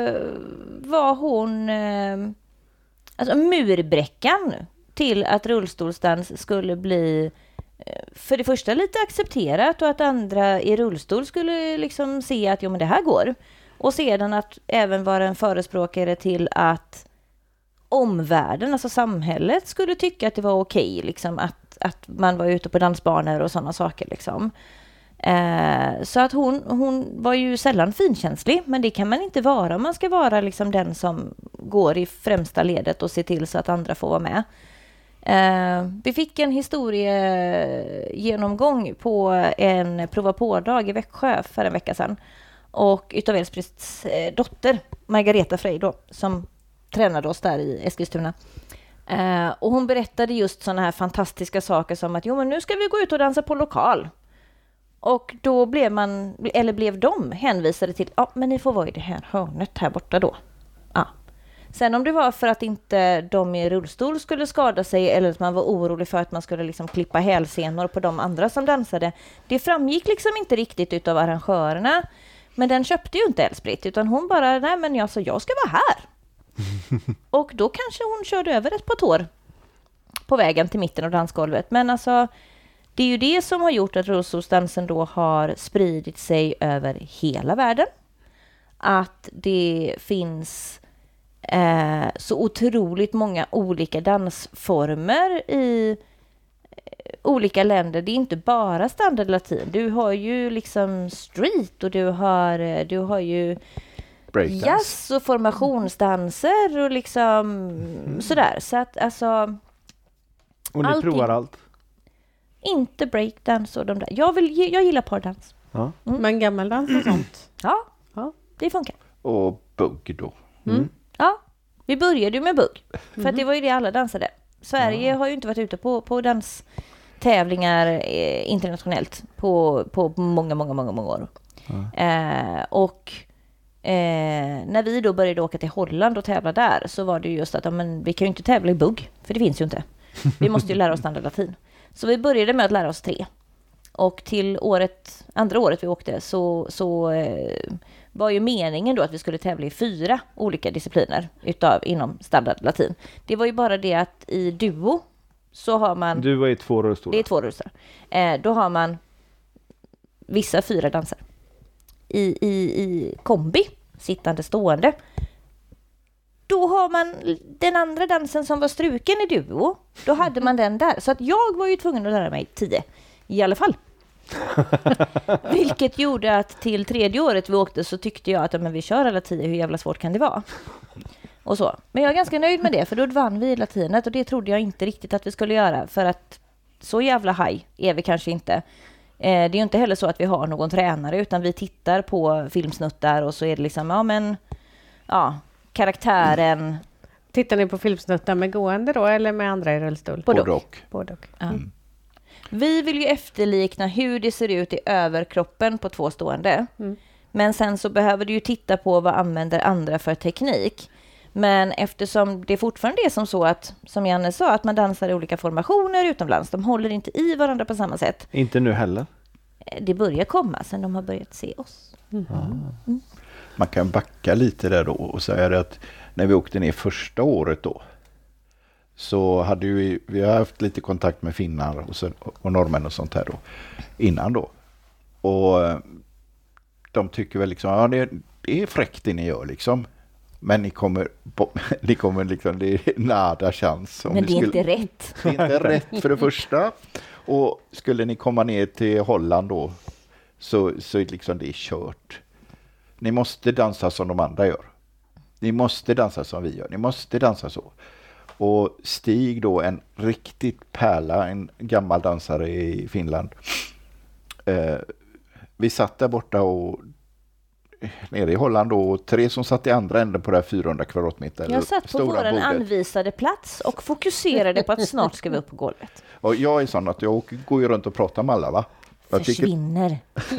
var hon alltså murbräckan till att rullstolsdans skulle bli för det första lite accepterat, och att andra i rullstol skulle liksom se att men det här går. Och sedan att även vara en förespråkare till att omvärlden, alltså samhället, skulle tycka att det var okej, liksom, att man var ute på dansbanor och sådana saker. Liksom. Så att hon var ju sällan finkänslig, men det kan man inte vara. Man ska vara liksom den som går i främsta ledet och ser till så att andra får vara med. Vi fick en historiegenomgång på en prova på-dag i Växjö för en vecka sedan. Och utav Elsprits dotter, Margareta Frey då, som tränade oss där i Eskilstuna. Och hon berättade just såna här fantastiska saker som att men nu ska vi gå ut och dansa på lokal. Och då blev de hänvisade till, men ni får vara i det här hörnet här borta då. Ja. Sen om det var för att inte de i rullstol skulle skada sig eller att man var orolig för att man skulle liksom klippa hälsenor på de andra som dansade. Det framgick liksom inte riktigt utav arrangörerna. Men den köpte ju inte Elsbritt, utan hon bara, nej men jag ska vara här. Och då kanske hon körde över ett par tår på vägen till mitten av dansgolvet. Men alltså, det är ju det som har gjort att rullstolsdansen då har spridit sig över hela världen. Att det finns så otroligt många olika dansformer i olika länder. Det är inte bara standard latin. Du har ju liksom street och du har ju jazz och formationsdanser och liksom sådär. Så att alltså... Och ni provar allt? Inte breakdance och de där. Jag gillar pardans. Ja. Men gammaldans och sånt? Ja, det funkar. Och bugg då. Ja, vi började ju med bugg. För att det var ju det alla dansade. Sverige har ju inte varit ute på danstävlingar internationellt på många år. Och när vi då började åka till Holland och tävla där så var det just att vi kan ju inte tävla i bugg, för det finns ju inte. Vi måste ju lära oss standard latin. Så vi började med att lära oss 3. Och till andra året vi åkte så var ju meningen då att vi skulle tävla i 4 olika discipliner inom standard latin. Det var ju bara det att i duo så har man... Du var i 2 rullstolar. Det är 2 rullstolar. Då har man vissa 4 danser. I kombi, sittande stående. Då har man den andra dansen som var struken i duo. Då hade man den där. Så att jag var ju tvungen att lära mig 10 i alla fall. Vilket gjorde att till 3:e året vi åkte så tyckte jag att vi kör alla 10, hur jävla svårt kan det vara? Och så. Men jag är ganska nöjd med det, för då vann vi i latinet och det trodde jag inte riktigt att vi skulle göra, för att så jävla high är vi kanske inte. Det är ju inte heller så att vi har någon tränare, utan vi tittar på filmsnuttar och så är det liksom, karaktären. Tittar ni på filmsnuttar med gående då eller med andra i rullstol? Både och. Ja. Vi vill ju efterlikna hur det ser ut i överkroppen på 2 stående. Men sen så behöver du ju titta på vad använder andra för teknik. Men eftersom det fortfarande är som så att, som Janne sa, att man dansar i olika formationer utomlands. De håller inte i varandra på samma sätt. Inte nu heller. Det börjar komma sen de har börjat se oss. Man kan backa lite där då och säga det att när vi åkte ner första året då så hade vi har haft lite kontakt med finnar och norrmän och sånt här då innan då. Och de tycker väl liksom, det är fräckt det ni gör liksom. Men ni kommer liksom, det är nada chans. Men det är inte rätt. Det är inte rätt för det första. Och skulle ni komma ner till Holland då så liksom det är kört. Ni måste dansa som de andra gör. Ni måste dansa som vi gör. Ni måste dansa så. Och Stig då, en riktigt pärla, en gammal dansare i Finland. Vi satt där borta och nere i Holland då, och 3 som satt i andra änden på det här 400 kvadratmeter. Jag satt på våran anvisade plats och fokuserade på att snart ska vi upp på golvet. Och jag är sån att jag går ju runt och pratar med alla, va? Försvinner.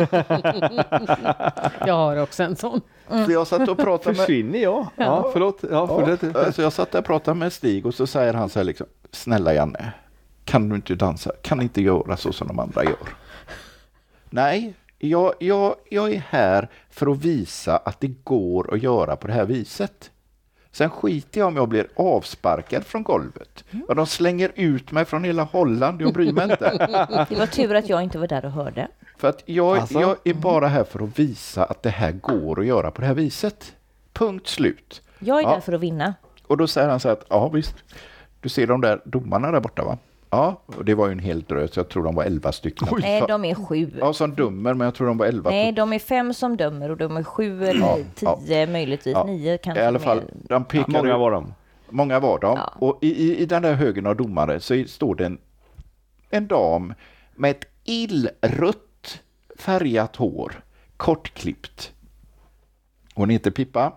Jag har också en sån. Så jag satt och pratade med... Försvinner jag? Ja, förlåt. Ja, så jag satt där och pratade med Stig och så säger han så här liksom, snälla Janne, kan du inte dansa? Kan du inte göra så som de andra gör? Nej, jag är här för att visa att det går att göra på det här viset. Sen skiter jag om jag blir avsparkad från golvet. Och de slänger ut mig från hela Holland, jag bryr mig inte. Det var tur att jag inte var där och hörde. För att jag är bara här för att visa att det här går att göra på det här viset. Punkt slut. Jag är där för att vinna. Och då säger han så att, ja visst, du ser de där domarna där borta, va? Ja, och det var ju en hel drös. Jag tror de var 11 stycken. Nej, de är 7. Ja, som dömer, men jag tror de var 11. Nej, de är 5 som dömer och de är 7 eller 10, möjligtvis 9 kanske. I alla fall, de pekade, många var de. Många var de. Ja. Och i den där högen av domare så står det en dam med ett illrött färgat hår, kortklippt. Hon heter Pippa.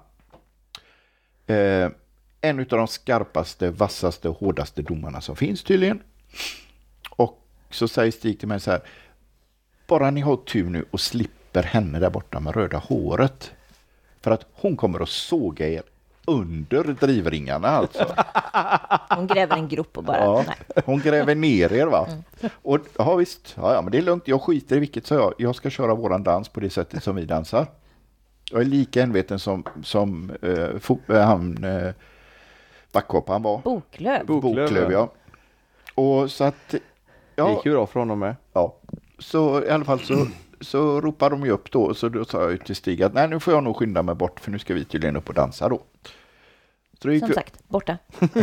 En av de skarpaste, vassaste och hårdaste domarna som finns tydligen. Och så säger Stig till mig så här, bara ni har tur nu och slipper henne där borta med röda håret. För att hon kommer att såga er under drivringarna alltså. Hon gräver en grop och bara... Ja, Nej. hon gräver ner er va. Och ja visst, ja, men det är lugnt. Jag skiter i vilket, så jag ska köra våran dans på det sättet som vi dansar. Jag är lika enveten som han backhoppan var. Boklöv, ja. Och så att... Ja, det gick ju bra för honom med. Ja, så i alla fall så ropar de ju upp då. Så då sa jag ut till Stig att nej, nu får jag nog skynda mig bort för nu ska vi tydligen upp och dansa då. Så som sagt, borta.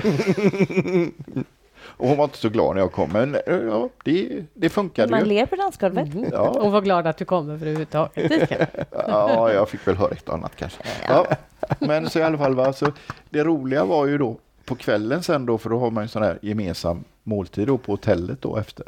Och hon var inte så glad när jag kom, men ja, det funkade. Man ju. ler på dansgolvet. Ja. Och var glad att du kommer överhuvudtaget. Ja, jag fick väl höra ett annat kanske. Ja. Men så i alla fall, va, så det roliga var ju då på kvällen sen då, för då har man en sån här gemensam måltid då på hotellet då efter.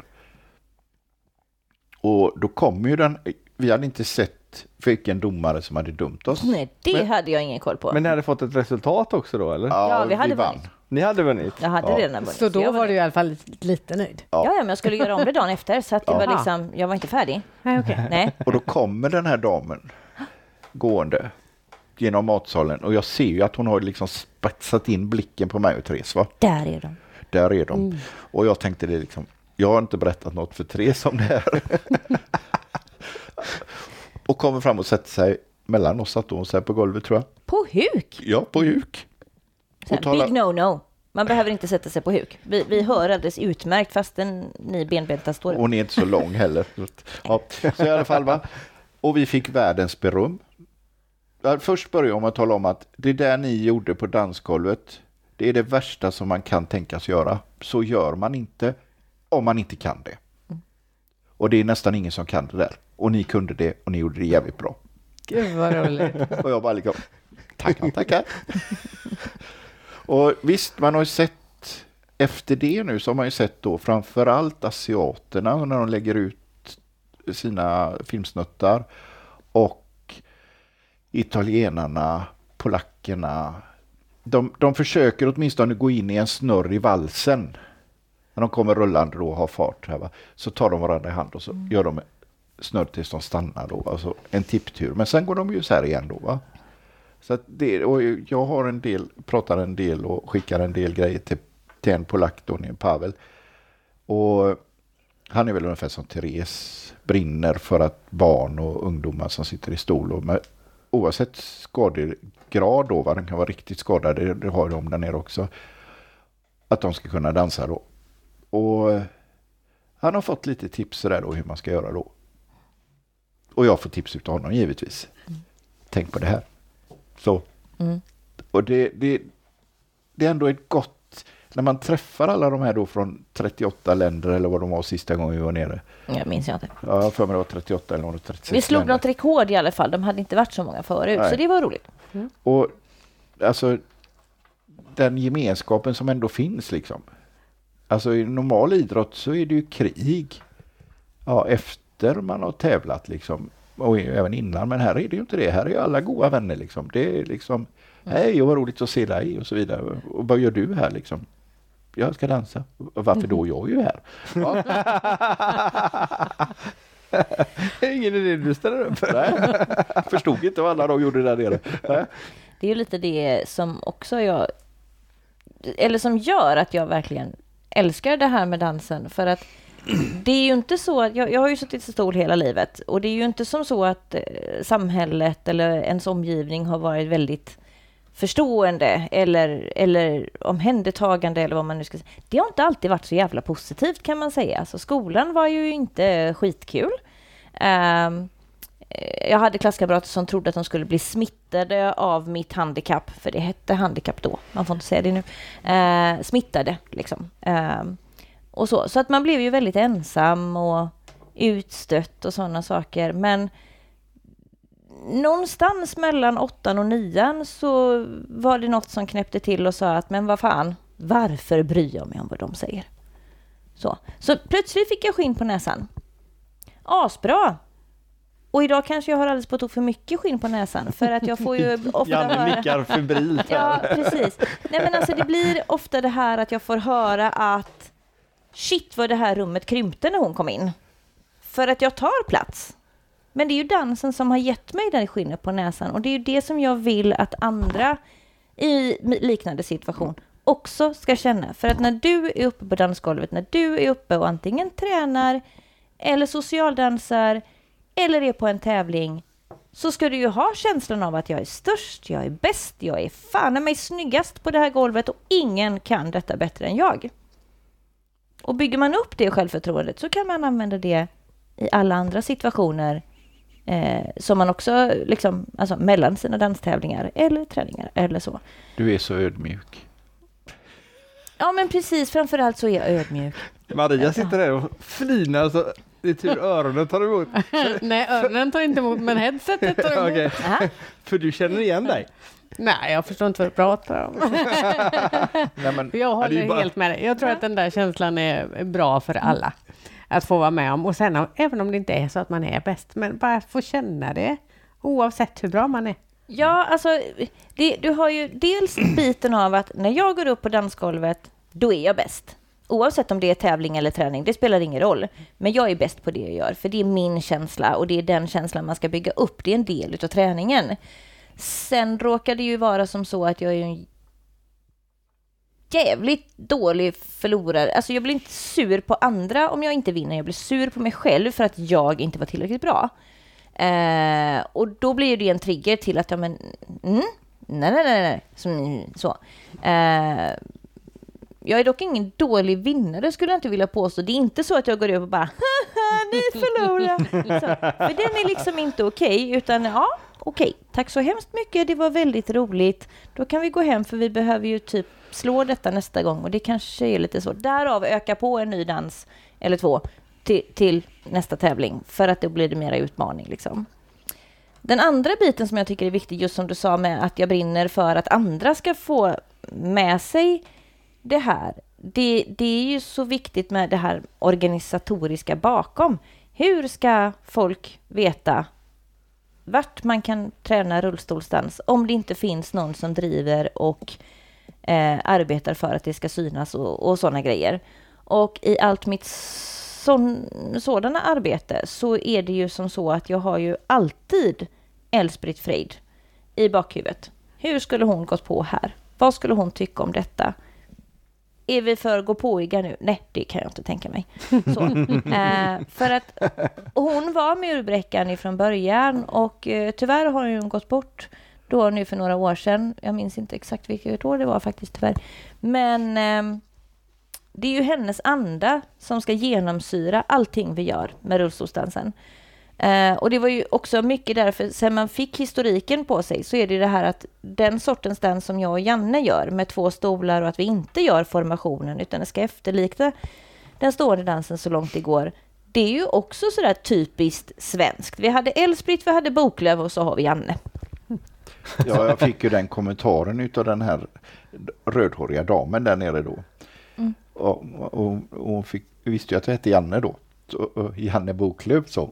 Och då kom ju vi hade inte sett vilken domare som hade dömt oss. Nej, det hade jag ingen koll på. Men ni hade fått ett resultat också då, eller? Ja, vi hade vann. vunnit. Ni hade vunnit? Jag hade redan vunnit. Så då var du i alla fall lite nöjd? Ja, men jag skulle göra om det dagen efter, så att det var liksom, jag var inte färdig. Nej, okej. Nej. Och då kommer den här damen gående genom matsalen och jag ser ju att hon har liksom spetsat in blicken på mig och Therese, va? Där är de. Där är de. Och jag tänkte det liksom, jag har inte berättat något för Therese om det här. Och kommer fram och sätter sig mellan oss, satt hon sig på golvet tror jag. På huk? Ja, på huk. Så big no. Man behöver inte sätta sig på huk. Vi hör alldeles utmärkt fastän ni benbenta står. Hon är inte så lång heller. Ja, så i alla fall, va? Och vi fick världens beröm. Först började jag med att tala om att det där ni gjorde på dansgolvet, det är det värsta som man kan tänkas göra. Så gör man inte om man inte kan det. Och det är nästan ingen som kan det där. Och ni kunde det och ni gjorde det jävligt bra. Gud vad roligt. Och jag bara liksom, tackar. Och visst, man har ju sett efter det nu så har man ju sett då framförallt asiaterna när de lägger ut sina filmsnuttar och italienarna, polackerna. De försöker åtminstone gå in i en snurr i valsen. När de kommer rullande då och har fart här, va? Så tar de varandra i hand och så gör de snurr tills de stannar då. Alltså en tipptur. Men sen går de ju så här igen då, va? Så att och jag har pratar en del och skickar en del grejer till en polack då, Pavel. Och han är väl ungefär som Therese, brinner för att barn och ungdomar som sitter i stol och oavsett skadegrad då, va, den kan vara riktigt skadade, det har de där nere också, att de ska kunna dansa då. Och han har fått lite tips där då hur man ska göra då. Och jag får tips utav honom givetvis. Tänk på det här. Så. Och det är ändå ett gott, när man träffar alla de här då från 38 länder eller vad de var sista gången vi var nere. Jag minns jag inte. Ja, för mig det var 38 eller 36 Vi slog länder. något rekord i alla fall. De hade inte varit så många förut. Nej. Så det var roligt. Och alltså den gemenskapen som ändå finns liksom. Alltså i normal idrott så är det ju krig. Ja, efter man har tävlat liksom. Och även innan, men här är det ju inte det. Här är ju alla goda vänner liksom. Det är liksom, hej, vad roligt att se dig och så vidare. Och vad gör du här liksom? Jag ska dansa. Och varför då? Jag är ju här. Ja. Ingen idé du ställer upp. Nej. Förstod inte vad alla de gjorde där nere. Nej. Det är ju lite det som också eller som gör att jag verkligen älskar det här med dansen. För att det är ju inte så att, jag har ju suttit i stol hela livet och det är ju inte som så att samhället eller ens omgivning har varit väldigt förstående eller omhändertagande eller vad man nu ska säga. Det har inte alltid varit så jävla positivt kan man säga. Alltså skolan var ju inte skitkul. Jag hade klasskamrater som trodde att de skulle bli smittade av mitt handikapp, för det hette handikapp då, man får inte säga det nu. Smittade liksom. Och så att man blev ju väldigt ensam och utstött och sådana saker. Men någonstans mellan 8 och 9 så var det något som knäppte till och sa att men vad fan, varför bryr jag mig om vad de säger? Så plötsligt fick jag skinn på näsan. Asbra! Och idag kanske jag har alldeles på tok för mycket skinn på näsan. För att jag får ju ofta Janne nickar febrilt här. Ja, precis. Nej men alltså det blir ofta det här att jag får höra att shit vad det här rummet krympte när hon kom in. för att jag tar plats. Men det är ju dansen som har gett mig den skinnet på näsan. Och det är ju det som jag vill att andra i liknande situation också ska känna. För att när du är uppe på dansgolvet, när du är uppe och antingen tränar eller socialdansar eller är på en tävling, så ska du ju ha känslan av att jag är störst, jag är bäst, jag är fan mig snyggast på det här golvet och ingen kan detta bättre än jag. Och bygger man upp det självförtroendet så kan man använda det i alla andra situationer som man också liksom, alltså mellan sina danstävlingar eller träningar eller så. Du är så ödmjuk. Ja, men precis. Framförallt så är jag ödmjuk. Maria sitter där och flinar så det är tur öronen tar emot. Nej, öronen tar inte emot, men headsetet tar emot. Okej. För du känner igen dig. Nej, jag förstår inte vad du pratar om. Nej, men, Jag håller helt med dig. Jag tror att den där känslan är bra för alla att få vara med om. Och sen, även om det inte är så att man är bäst, men bara få känna det oavsett hur bra man är. Ja, alltså du har ju dels biten av att när jag går upp på dansgolvet, då är jag bäst. Oavsett om det är tävling eller träning, det spelar ingen roll. Men jag är bäst på det jag gör, för det är min känsla och det är den känslan man ska bygga upp. Det är en del av träningen. Sen råkar det ju vara som så att jag är en jävligt dålig förlorare. Alltså jag blir inte sur på andra om jag inte vinner. Jag blir sur på mig själv för att jag inte var tillräckligt bra. Och då blir det en trigger till att nej. Så. Jag är dock ingen dålig vinnare, skulle jag inte vilja påstå. Det är inte så att jag går upp och bara ni förlorar. Så, för den är liksom inte okej, utan okej. Tack så hemskt mycket, det var väldigt roligt. Då kan vi gå hem, för vi behöver ju typ slå detta nästa gång. Och det kanske är lite så. Därav öka på en ny dans eller två till nästa tävling. För att då blir det mera utmaning liksom. Den andra biten som jag tycker är viktig, just som du sa med att jag brinner för att andra ska få med sig det här. Det är ju så viktigt med det här organisatoriska bakom. Hur ska folk veta vart man kan träna rullstolsdans om det inte finns någon som driver och arbetar för att det ska synas och sådana grejer. Och i allt mitt sådana arbete så är det ju som så att jag har ju alltid Elsbritt Freid i bakhuvudet. Hur skulle hon gått på här? Vad skulle hon tycka om detta? Är vi för gå påiga nu? Nej, det kan jag inte tänka mig. Så. För att hon var murbräckan ifrån början och tyvärr har hon gått bort då nu för några år sedan. Jag minns inte exakt vilket år det var faktiskt tyvärr. Men det är ju hennes anda som ska genomsyra allting vi gör med rullstolsdansen. Och det var ju också mycket därför, sen man fick historiken på sig, så är det här att den sortens dans som jag och Janne gör med 2 stolar och att vi inte gör formationen utan det ska efterlikna den stående dansen så långt det går. Det är ju också sådär typiskt svenskt. Vi hade Elsbritt, vi hade Boklöv och så har vi Janne. Ja, jag fick ju den kommentaren utav den här rödhåriga damen där nere då. Och hon visste ju att jag hette Janne då. Janne Boklöv så.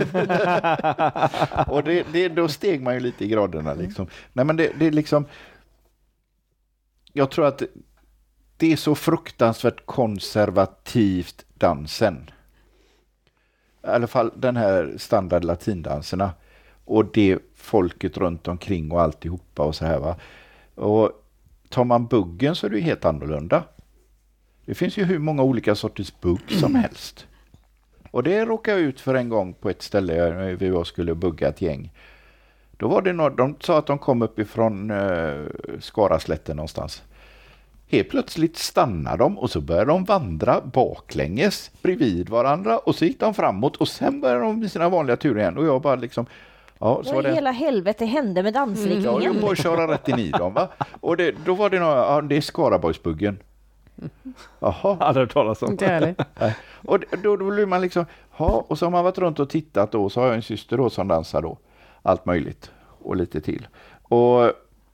Och då steg man ju lite i graderna liksom. Nej, men det är liksom, jag tror att det är så fruktansvärt konservativt dansen. I alla fall den här standard latindanserna och det folket runt omkring och alltihopa och så här va. Och tar man buggen så är det ju helt annorlunda. Det finns ju hur många olika sorters bugg som helst. Och det råkade jag ut för en gång på ett ställe vi skulle bugga ett gäng. Då var det de sa att de kom uppifrån Skaraslätten någonstans. Helt plötsligt stannade de och så började de vandra baklänges bredvid varandra och så gick de framåt och sen började de med sina vanliga turer igen. Och jag bara liksom, ja, så var det. Hela helvete hände med dansriktningen. Ja, jag bara köra rätt in i dem va. Och då var det det är Skaraborgsbuggen. Jaha. Aldrig hört talas om. Och då blir man liksom, och så har man varit runt och tittat då, så har jag en syster då som dansar då. Allt möjligt och lite till. Och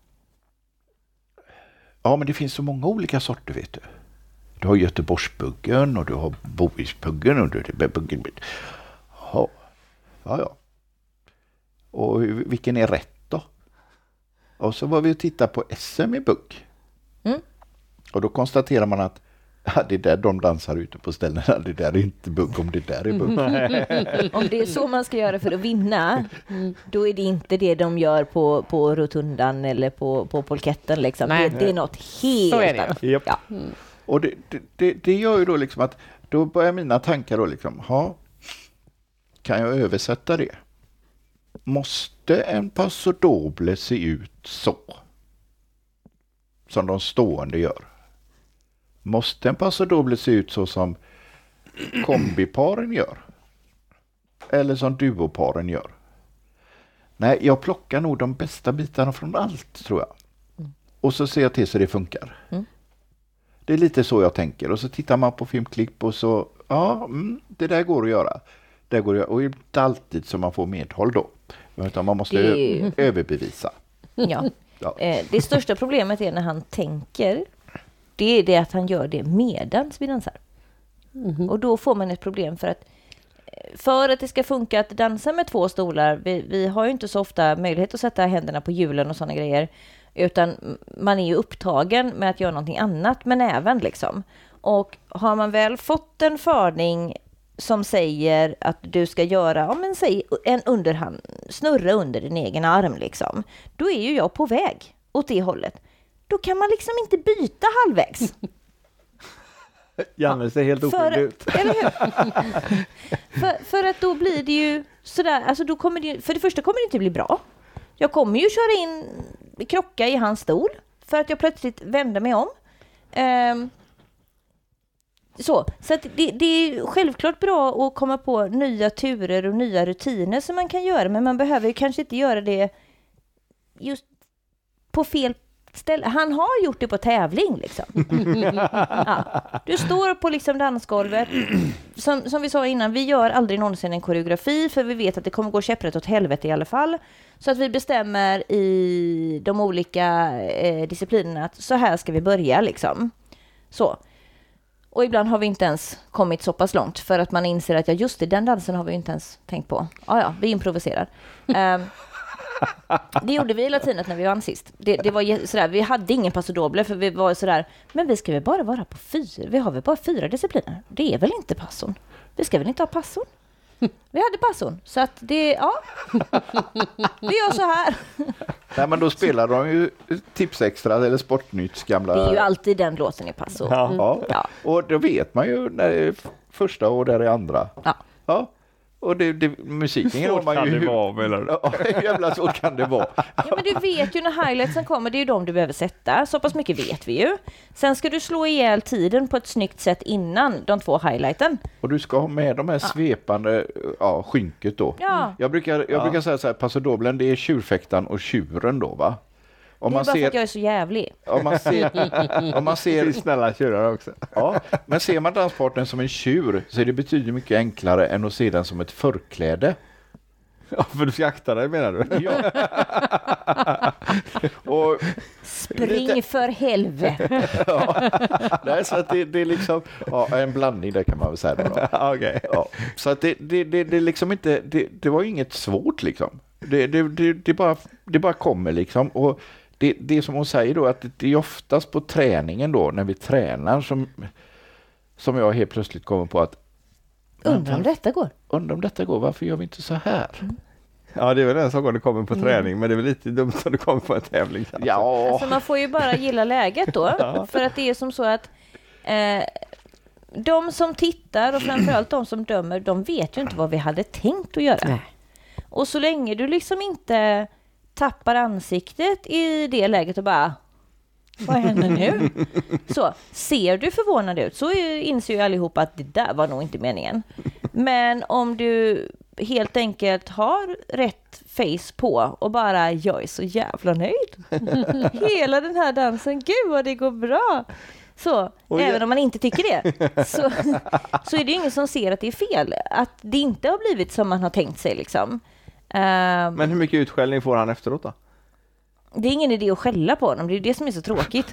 ja, men det finns så många olika sorter vet du. Du har Göteborgsbuggen och du har Bohuspuggen och du har buggen. Ja. Och vilken är rätt då? Och så var vi och tittade på SM i bugg. Och då konstaterar man att Ja, det är där de dansar ute på ställena. Det där är inte bugg om det där är bugg. Om det är så man ska göra för att vinna, då är det inte det de gör på rotundan eller på polketten. Liksom. Det är något helt Så är det. annat. Japp. Ja. Och det gör ju då liksom att då börjar mina tankar då liksom, kan jag översätta det? Måste en paso doble se ut så? Som de stående gör? Måste en paso doble se ut så som kombiparen gör? Eller som duoparen gör? Nej, jag plockar nog de bästa bitarna från allt, tror jag. Och så ser jag till så det funkar. Det är lite så jag tänker. Och så tittar man på filmklipp och så, det där går att göra. Det går att göra. Och inte alltid så man får medhåll då. Utan man måste överbevisa. Ja. Ja. Det största problemet är när han tänker, det är det att han gör det medans vi dansar. Och då får man ett problem för att det ska funka att dansa med två stolar, vi har ju inte så ofta möjlighet att sätta händerna på hjulen och sådana grejer, utan man är ju upptagen med att göra någonting annat, men även liksom. Och har man väl fått en förning som säger att du ska göra, säg en underhand, snurra under din egen arm liksom, då är ju jag på väg åt det hållet. Då kan man liksom inte byta halvvägs. Janne ser helt oskyldig ut. Eller hur? för att då blir det ju sådär, alltså då kommer det, för det första kommer det inte bli bra. Jag kommer ju krocka i hans stol för att jag plötsligt vänder mig om. Så att det är självklart bra att komma på nya turer och nya rutiner som man kan göra, men man behöver ju kanske inte göra det just på fel ställe. Han har gjort det på tävling liksom. Ja. Du står på liksom dansgolvet som vi sa innan, vi gör aldrig någonsin en koreografi för vi vet att det kommer gå käpprätt åt helvete i alla fall. Så att vi bestämmer i de olika disciplinerna att så här ska vi börja liksom. Så. Och ibland har vi inte ens kommit så pass långt för att man inser att just det, den dansen har vi inte ens tänkt på. Ja, vi improviserar. Det gjorde vi i latinet när vi vann sist. Det var sådär, vi hade ingen paso doble för vi var sådär, men vi ska väl bara vara på 4. Vi har väl bara 4 discipliner. Det är väl inte passon. Vi ska väl inte ha passon. Vi hade passon. Så att vi gör så här. Nej, men då spelar de ju Tipsextra eller Sportnytts gamla... Det är ju alltid den låten i passo. Ja. Och då vet man ju när det är första och där är andra. Ja. Och musiken har man ju... det vara, eller? Ja, jävla så kan det vara. Ja, men du vet ju när highlightsen kommer, det är ju de du behöver sätta. Så pass mycket vet vi ju. Sen ska du slå ihjäl tiden på ett snyggt sätt innan de 2 highlighten. Och du ska ha med de här svepande skynket då. Ja. Jag brukar säga så här, paso doblen, det är tjurfäktaren och tjuren då, va? Om det är bara för att jag är så jävlig. Om man ser Det är snälla tjurar också. Ja, men ser man danspartnern som en tjur så är det betydligt mycket enklare än att se den som ett förkläde. Ja, för du ska akta dig, menar du? Ja. Och Spring för helvete. Nej, så att det är liksom en blandning där kan man väl säga då. Okay. Ja, så att det liksom inte det var inget svårt liksom. Det bara kommer liksom, och det som hon säger då, att det är oftast på träningen då när vi tränar som jag helt plötsligt kommer på att Undrar om detta går. Varför gör vi inte så här? Ja, det är väl en sak om det kommer på träning, men det är väl lite dumt om det kommer på en tävling. Ja. Alltså man får ju bara gilla läget då. För att det är som så att de som tittar och framförallt de som dömer, de vet ju inte vad vi hade tänkt att göra. Nej. Och så länge du liksom inte tappar ansiktet i det läget och bara, vad händer nu? Så ser du förvånad ut så inser ju allihopa att det där var nog inte meningen. Men om du helt enkelt har rätt face på och bara, jag är så jävla nöjd. Hela den här dansen, gud vad det går bra. Så, även om man inte tycker det så är det ju ingen som ser att det är fel. Att det inte har blivit som man har tänkt sig liksom. Men hur mycket utskällning får han efteråt då? Det är ingen idé att skälla på honom. Det är det som är så tråkigt.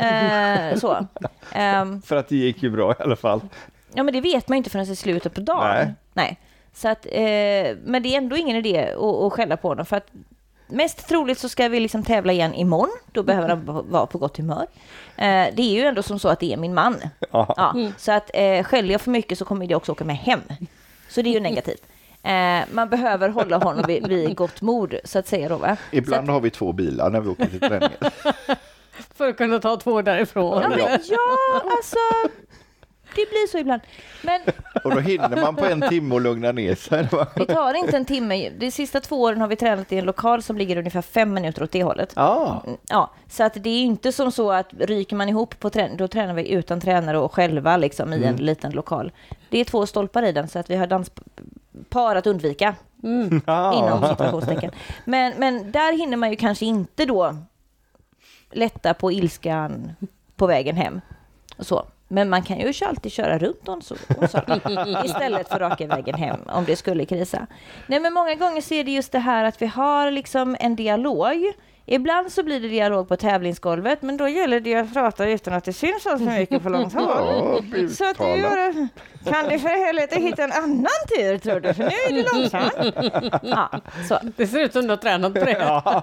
För att det gick ju bra i alla fall. Ja, men det vet man inte förrän i slutet på dagen. Nej. Så att, men det är ändå ingen idé att skälla på honom. För att mest troligt så ska vi liksom tävla igen imorgon. Då behöver han vara på gott humör. Det är ju ändå som så att det är min man. Ja, så att skäller jag för mycket så kommer det också åka med hem. Så det är ju negativt. Man behöver hålla honom vid gott mod, så att säga då, va? Ibland har vi 2 bilar när vi åker till träningen. För att kunna ta 2 därifrån. Ja, alltså... Det blir så ibland. Men och då hinner man på 1 timme och lugna ner sig. vi tar inte en timme. De sista 2 åren har vi tränat i en lokal som ligger ungefär 5 minuter åt det hållet. Ja, så att det är inte som så att ryker man ihop på då tränar vi utan tränare och själva liksom i en liten lokal. Det är 2 stolpar i den så att vi har danspar att undvika inom situationstecken. Men där hinner man ju kanske inte då lätta på ilskan på vägen hem och så. Men man kan ju alltid köra runt istället för raka vägen hem om det skulle krisa. Nej, men många gånger så är det just det här att vi har liksom en dialog. Ibland så blir det dialog på tävlingsgolvet, men då gäller det att prata utan att det syns så mycket på långt håll. Så att kan du för helvete hitta en annan tur, tror du? För nu är det långsamt. Ja, så. Det ser ut som du har tränat på det. Ja.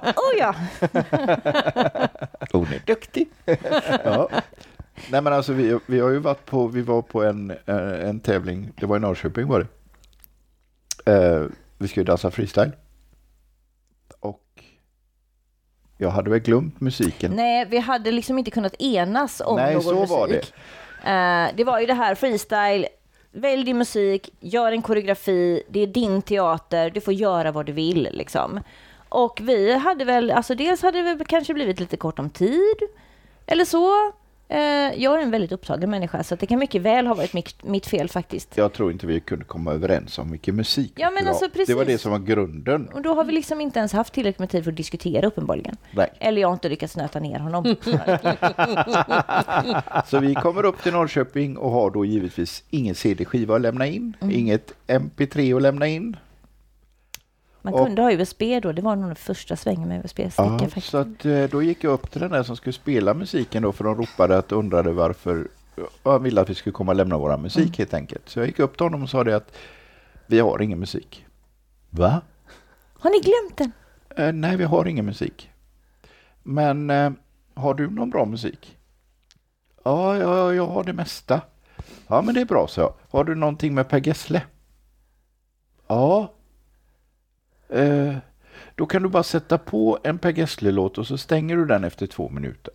Hon är duktig. Ja. Nej, men alltså vi har ju vi var på en tävling, det var i Norrköping var det. Vi skulle dansa freestyle. Och jag hade väl glömt musiken. Nej, vi hade liksom inte kunnat enas om någon musik. Nej, så var det. Det var ju det här freestyle, välj din musik, gör en koreografi, det är din teater, du får göra vad du vill liksom. Och vi hade väl, alltså dels hade det kanske blivit lite kort om tid, eller så. Jag är en väldigt upptagen människa, så att det kan mycket väl ha varit mitt fel faktiskt. Jag tror inte vi kunde komma överens om vilken musik. Ja, men alltså, precis. Det var det som var grunden. Och då har vi liksom inte ens haft tillräckligt med tid för att diskutera uppenbarligen. Nej. Eller jag har inte lyckats nöta ner honom. Så vi kommer upp till Norrköping och har då givetvis ingen CD-skiva att lämna in. Inget MP3 att lämna in. Man kunde ha USB då, det var nog den första svängen med USB-sticka faktiskt. Så att då gick jag upp till den där som skulle spela musiken då, för de ropade att undrade varför jag ville att vi skulle komma och lämna våra musik helt enkelt. Så jag gick upp till honom och sa det att vi har ingen musik. Va? Har ni glömt den? Nej, vi har ingen musik. Men har du någon bra musik? Ja, jag har det mesta. Ja, men det är bra, så. Har du någonting med Per Gessle? Ja. Då kan du bara sätta på en Per Gessle-låt och så stänger du den efter 2 minuter.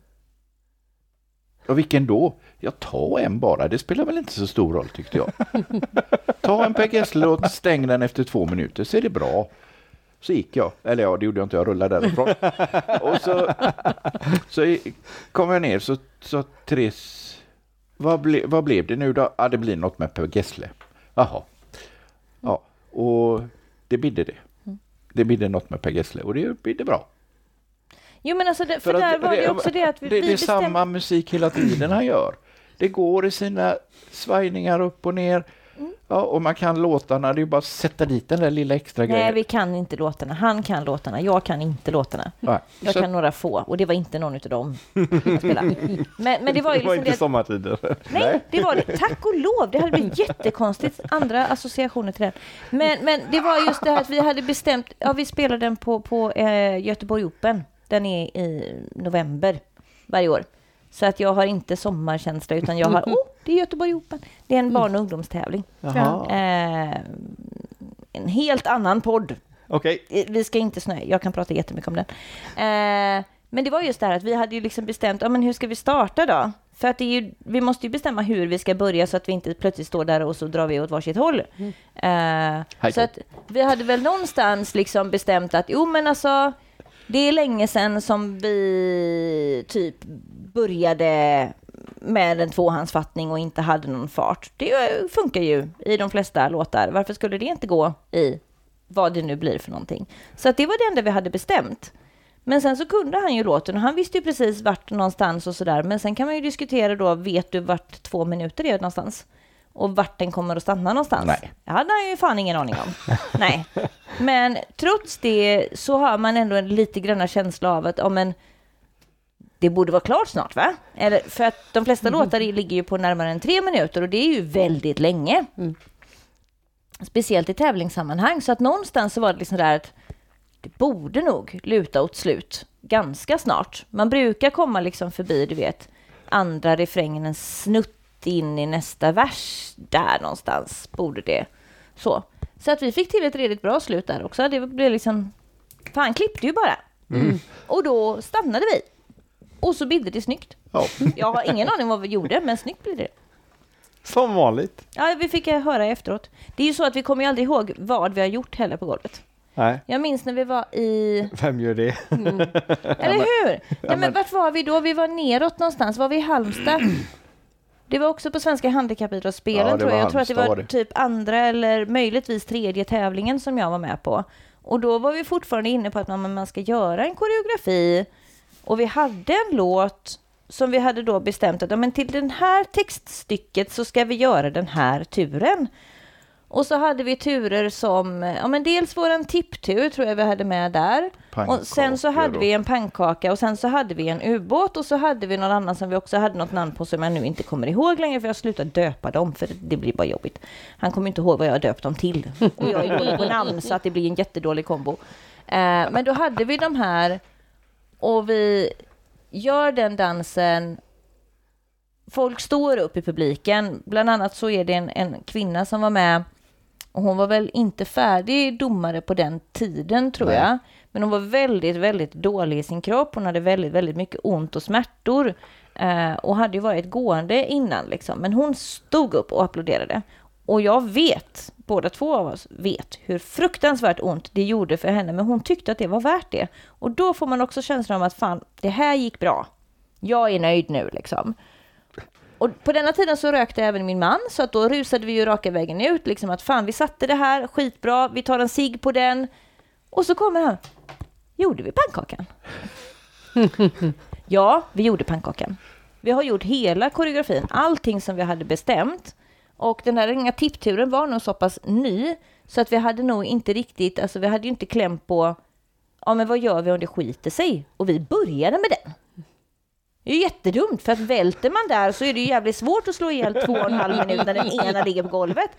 Och vilken då? Jag tar en bara, det spelar väl inte så stor roll, tyckte jag. Ta en Per Gessle-låt, stäng den efter 2 minuter, så är det bra. Så gick jag, eller ja, det gjorde jag inte, jag rullade därifrån. Och så kom jag ner, så Therese, vad blev det nu då? Ja, det blir något med Per Gessle. Jaha. Ja, och det bidde det. Det bidde något med Per Gessle och det bidde bra. Jo, men alltså för där var det också det att det är samma musik hela tiden han gör. Det går i sina svajningar upp och ner. Ja, och man kan låtarna, det är ju bara att sätta dit den där lilla extra grejen. Nej, vi kan inte låtarna. Han kan låtarna, jag kan inte låtarna. Jag kan några få, och det var inte någon av dem jag spelade. Men det var ju liksom inte sommartider. Nej, det var det. Tack och lov. Det hade blivit jättekonstigt. Andra associationer till den. Men det var just det här att vi hade bestämt, vi spelade den på Göteborg Open. Den är i november varje år. Så att jag har inte sommarkänsla, utan jag har, det är Göteborg Open. Det är en barn- och ungdomstävling. En helt annan podd. Okej. Vi ska inte snöa, jag kan prata jättemycket om den. Men det var just det här att vi hade ju liksom bestämt, men hur ska vi starta då? För att vi måste ju bestämma hur vi ska börja så att vi inte plötsligt står där och så drar vi åt varsitt håll. Så att vi hade väl någonstans liksom bestämt att, det är länge sedan som vi typ började med en tvåhandsfattning och inte hade någon fart. Det funkar ju i de flesta låtar. Varför skulle det inte gå i vad det nu blir för någonting? Så att det var det enda vi hade bestämt. Men sen så kunde han ju låten och han visste ju precis vart någonstans och sådär. Men sen kan man ju diskutera då, vet du vart 2 minuter är någonstans? Och vart den kommer att stanna någonstans? Nej. Jag hade ju fan ingen aning om. Nej. Men trots det så har man ändå en lite grann känsla av att det borde vara klart snart, va? Eller, för att de flesta låtar ligger ju på närmare än 3 minuter och det är ju väldigt länge. Speciellt i tävlingssammanhang. Så att någonstans så var det liksom där att det borde nog luta åt slut ganska snart. Man brukar komma liksom förbi, du vet, andra refrängen en snutt in i nästa vers. Där någonstans borde det. Så att vi fick till ett redigt bra slut där också. Det blev liksom, fan klippte ju bara. Och då stannade vi. Och så blev det snyggt. Ja. Jag har ingen aning vad vi gjorde, men snyggt blev det. Som vanligt. Ja, vi fick höra efteråt. Det är ju så att vi kommer ju aldrig ihåg vad vi har gjort heller på golvet. Nej. Jag minns när vi var i... Vem gör det? Eller hur? Nej, men vart var vi då? Vi var neråt någonstans. Var vi i Halmstad? Det var också på Svenska handikappidrottsspelen, Ja, det tror jag. var Jag tror att det Halmstad, var typ andra eller möjligtvis tredje tävlingen som jag var med på. Och då var vi fortfarande inne på att man ska göra en koreografi. Och vi hade en låt som vi hade då bestämt att men till den här textstycket så ska vi göra den här turen. Och så hade vi turer som, men dels våran tipptur tror jag vi hade med där. Och sen så hade vi en pannkaka och sen så hade vi en ubåt och så hade vi någon annan som vi också hade något namn på som jag nu inte kommer ihåg längre för jag slutade döpa dem för det blir bara jobbigt. Han kommer inte ihåg vad jag har döpt dem till. Och jag är dålig på namn så att det blir en jättedålig kombo. Men då hade vi de här och vi gör den dansen. Folk står upp i publiken. Bland annat så är det en kvinna som var med. Och hon var väl inte färdig domare på den tiden tror jag. Men hon var väldigt, väldigt dålig i sin kropp. Hon hade väldigt, väldigt mycket ont och smärtor. Och hade ju varit gående innan liksom. Men hon stod upp och applåderade. Och jag vet, båda två av oss vet hur fruktansvärt ont det gjorde för henne. Men hon tyckte att det var värt det. Och då får man också känslan om att fan, det här gick bra. Jag är nöjd nu liksom. Och på denna tiden så rökte även min man. Så att då rusade vi ju raka vägen ut. Liksom att fan, vi satte det här, skitbra. Vi tar en cigg på den. Och så kommer han. Gjorde vi pannkakan? Ja, vi gjorde pannkakan. Vi har gjort hela koreografin. Allting som vi hade bestämt. Och den här ringa tippturen var nog så pass ny. Så att vi hade nog inte riktigt, alltså vi hade ju inte kläm på, ja men vad gör vi om det skiter sig? Och vi började med den. Det är ju jättedumt för att välter man där så är det ju jävligt svårt att slå ihjäl 2,5 minuter när den ena ligger på golvet.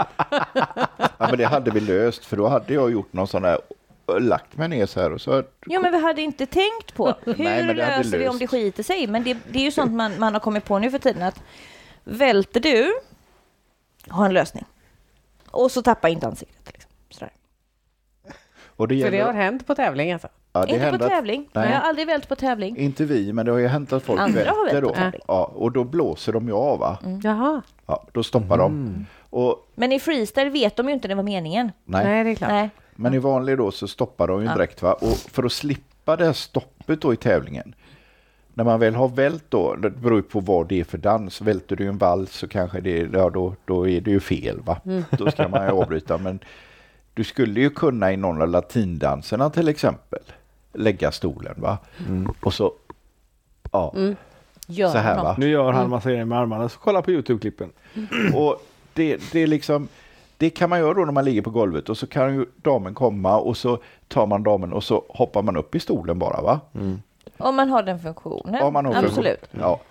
Ja, men det hade vi löst för då hade jag gjort någon sån här, lagt mig ner så här och så. Ja, men vi hade inte tänkt på hur Nej, men det hade löser vi om löst. det skiter sig. Men det är ju sånt man har kommit på nu för tiden att välter du, ha en lösning. Och så tappa inte ansiktet. Liksom. Sådär. Och det För det har gäller, hänt på tävling alltså? ja, det Inte händer på att- tävling. Nej. Jag har aldrig vält på tävling. Inte vi, men det har ju hänt att folk Andra har välter vält då. på tävling. Ja, och då blåser de ju av va? Jaha. Ja, då stoppar de. Och Men i freestyle vet de ju inte det var meningen. Nej, det är klart. Nej. Men i vanlig då så stoppar de ju direkt va? Och för att slippa det här stoppet då i tävlingen. När man väl har vält då, det beror ju på vad det är för dans. Välter du en vals så kanske det, ja, då är det ju fel va? Då ska man ju avbryta. Men du skulle ju kunna i någon av latindanserna till exempel lägga stolen va? Och så, ja, Gör så här något. va? Nu gör han massa grejer med armarna, så kolla på YouTube-klippen. Och det är liksom, det kan man göra då när man ligger på golvet och så kan ju damen komma och så tar man damen och så hoppar man upp i stolen bara va? Om man har den funktionen. Om man har Absolut. Ja,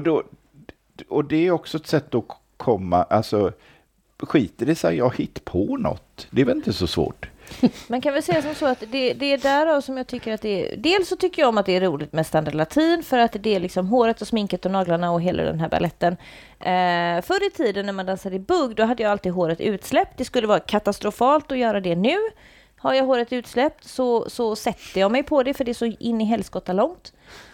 och det är också ett sätt att komma, alltså skiter det sig, jag hit på något. Det är väl inte så svårt. Man kan väl säga som så att det är därav som jag tycker att det är. Dels så tycker jag om att det är roligt med standard latin för att det är liksom håret och sminket och naglarna och hela den här balletten. Förr i tiden när man dansade i bugg, då hade jag alltid håret utsläppt. Det skulle vara katastrofalt att göra det nu. Har jag håret utsläppt så sätter jag mig på det för det är så in i helskotta långt.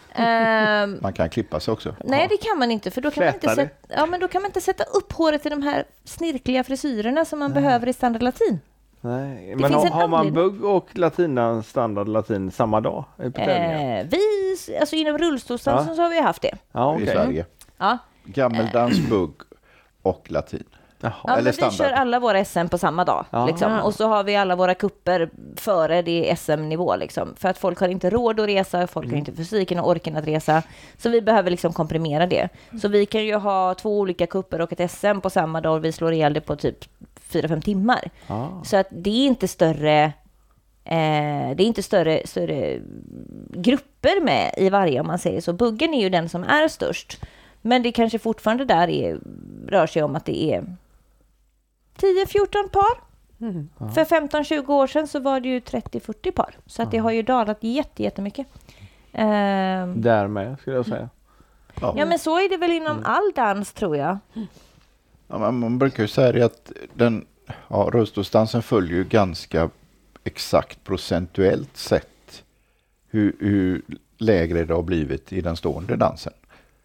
Man kan klippa sig också. Nej, det kan man inte för då kan man inte, Flätar det? men då kan man inte sätta upp håret i de här snirkliga frisyrerna som man behöver i standard latin. Nej, men finns en har man anledning. bugg och latina, standard latin samma dag på tävlingar? Alltså inom rullstolsdansen så har vi haft det. Ja, I okej. Sverige. Ja. Gammeldans, bugg och latin. Jaha. Ja, Eller men vi standard. kör alla våra SM på samma dag. Ja. Liksom. Och så har vi alla våra kupper före det SM-nivå. Liksom. För att folk har inte råd att resa, folk har inte fysiken och orken att resa. Så vi behöver liksom komprimera det. Så vi kan ju ha 2 olika kupper och ett SM på samma dag och vi slår ihjäl det på typ 4-5 timmar. Så att det är inte större... det är inte större grupper med i varje om man säger så. Buggen är ju den som är störst. Men det kanske fortfarande där rör sig om att det är 10-14 par För 15-20 år sedan så var det ju 30-40 par. Så att det har ju dalat jättemycket. Därmed skulle jag säga. Ja, men så är det väl inom all dans, tror jag. Ja, man brukar ju säga det att rullstolsdansen följer ju ganska exakt procentuellt sett hur lägre det har blivit i den stående dansen.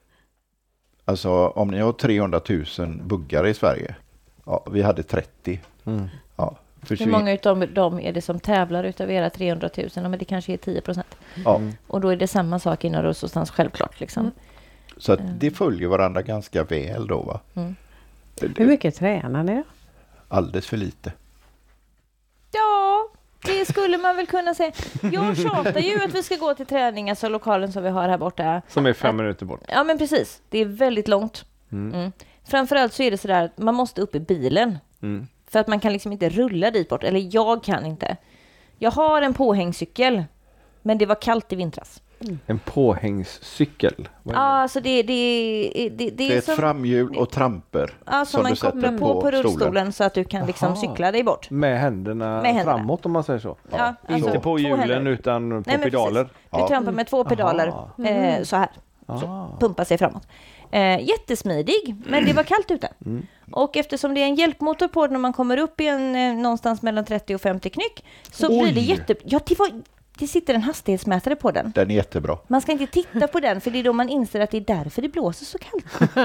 Alltså om ni har 300 000 buggare i Sverige, vi hade 30. Ja, hur många utav dem är det som tävlar utav era 300 000? Men det kanske är 10%. Och då är det samma sak inom rullstolsdans, självklart. Liksom. Så att det följer varandra ganska väl då, va? Hur mycket tränar ni då? Alldeles för lite. Ja, det skulle man väl kunna säga. Jag tjatar ju att vi ska gå till träning, alltså lokalen som vi har här borta. Som är 5 minuter bort. Ja, men precis. Det är väldigt långt. Framförallt så är det sådär att man måste upp i bilen. För att man kan liksom inte rulla dit bort. Eller jag kan inte. Jag har en påhängscykel. Men det var kallt i vintras. En påhängscykel? Ja, alltså det är ett som, framhjul och tramper. Ja, som man kopplar på rullstolen så att du kan liksom cykla dig bort. Med händerna framåt, om man säger så. Ja, inte alltså, på hjulen utan på pedaler. Precis. Du trampar med 2 pedaler så här. Så pumpar sig framåt. Jättesmidig, men det var kallt ute. Och eftersom det är en hjälpmotor på när man kommer upp i någonstans mellan 30 och 50 knyck, så blir det det sitter en hastighetsmätare på den. Den är jättebra. Man ska inte titta på den, för det är då man inser att det är därför det blåser så kallt.